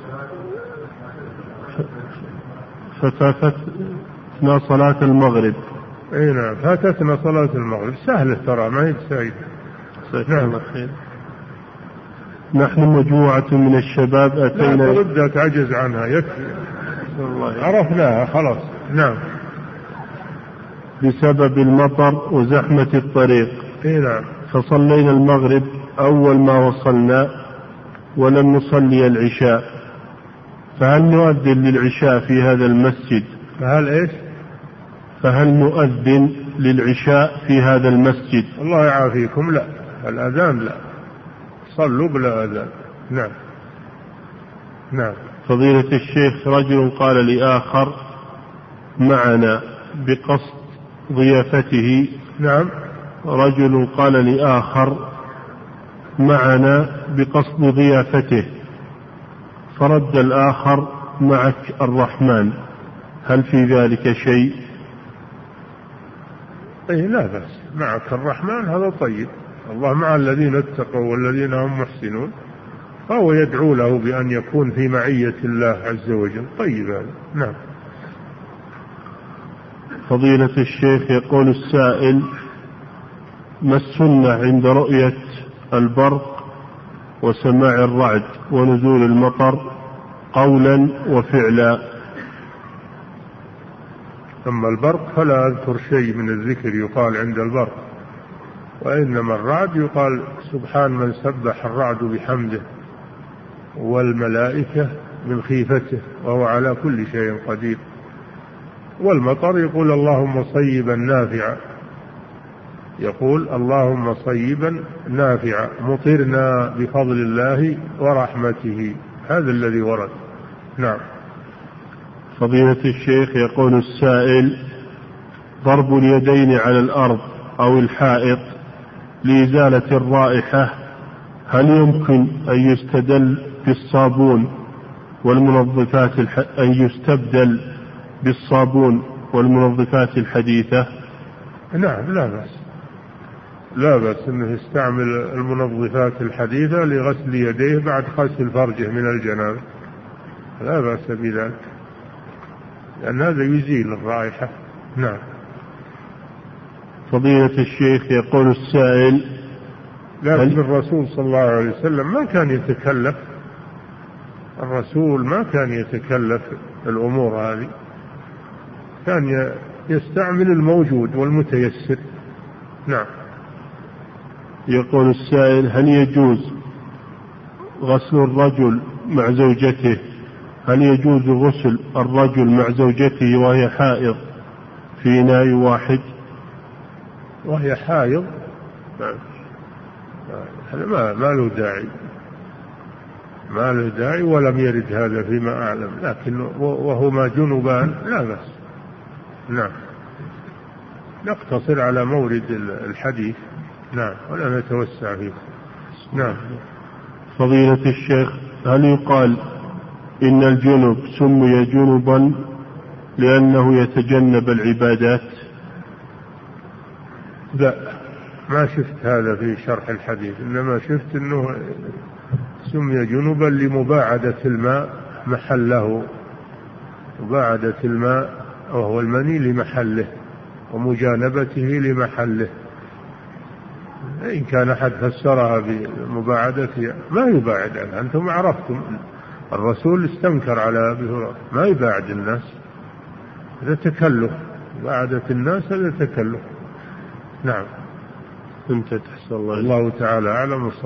ففاتتنا صلاة المغرب. اي نعم فاتتنا صلاة المغرب. سهلة ترى ما هي بسعيدة. نعم. نحن مجموعة من الشباب أتينا. لا تبدأ تعجز عنها يكفي. عرفناها خلاص. نعم. بسبب المطر وزحمة الطريق. اي نعم. فصلينا المغرب أول ما وصلنا ولم نصلي العشاء، فهل نؤذن للعشاء في هذا المسجد؟ فهل ايش؟ فهل نؤذن للعشاء في هذا المسجد؟ الله يعافيكم. لا، الأذان لا، صلوا بلا أذان. نعم. نعم. فضيلة الشيخ، رجل قال لآخر معنا بقصد ضيافته. نعم. رجل قال لآخر معنا بقصد ضيافته، فرد الآخر معك الرحمن، هل في ذلك شيء؟ اي لا بأس، معك الرحمن هذا طيب. الله مع الذين اتقوا والذين هم محسنون، فهو يدعو له بأن يكون في معية الله عز وجل. طيب هذا. نعم. فضيلة الشيخ، يقول السائل: ما السنة عند رؤية البرق وسماع الرعد ونزول المطر قولا وفعلا؟ أما البرق فلا أذكر شيء من الذكر يقال عند البرق، وإنما الرعد يقال سبحان من سبح الرعد بحمده والملائكة من خيفته وهو على كل شيء قدير. والمطر يقول اللهم صيبا نافعا، يقول اللهم صيبا نافعا مطرنا بفضل الله ورحمته. هذا الذي ورد. نعم. فضيلة الشيخ، يقول السائل: ضرب اليدين على الأرض أو الحائط لإزالة الرائحة، هل يمكن أن يستدل بالصابون والمنظفات الح... أن يستبدل بالصابون والمنظفات الحديثة؟ نعم لا بأس، لا بأس أنه يستعمل المنظفات الحديثة لغسل يديه بعد غسل فرجه من الجنابة، لا بأس بذلك، لأن هذا يزيل الرائحة. نعم. فضيلة الشيخ، يقول السائل: لكن الرسول صلى الله عليه وسلم ما كان يتكلف، الرسول ما كان يتكلف الأمور هذه، كان يستعمل الموجود والمتيسر. نعم. يقول السائل: هل يجوز غسل الرجل مع زوجته هل يجوز غسل الرجل مع زوجته وهي حائض في إناء واحد؟ وهي حائض هذا ما ما له داعي، ما له داعي، ولم يرد هذا فيما أعلم، لكن وهما جنبان لا بأس. نعم. نقتصر على مورد الحديث. نعم. ولا نتوسع فيه. نعم. فضيلة الشيخ، هل يقال إن الجنب سمي جنبا لأنه يتجنب العبادات؟ لا، ما شفت هذا في شرح الحديث، إنما شفت أنه سمي جنبا لمباعدة الماء محله، مباعدة الماء وهو المني لمحله ومجانبته لمحله. إن كان أحد فسرها بمباعدتها ما يباعد عنها، أنتم عرفتم الرسول استنكر على أبي هريرة، ما يباعد الناس، هذا تكلف، مباعدة الناس هذا تكلف. نعم. انت تحسن الله. الله تعالى أعلم.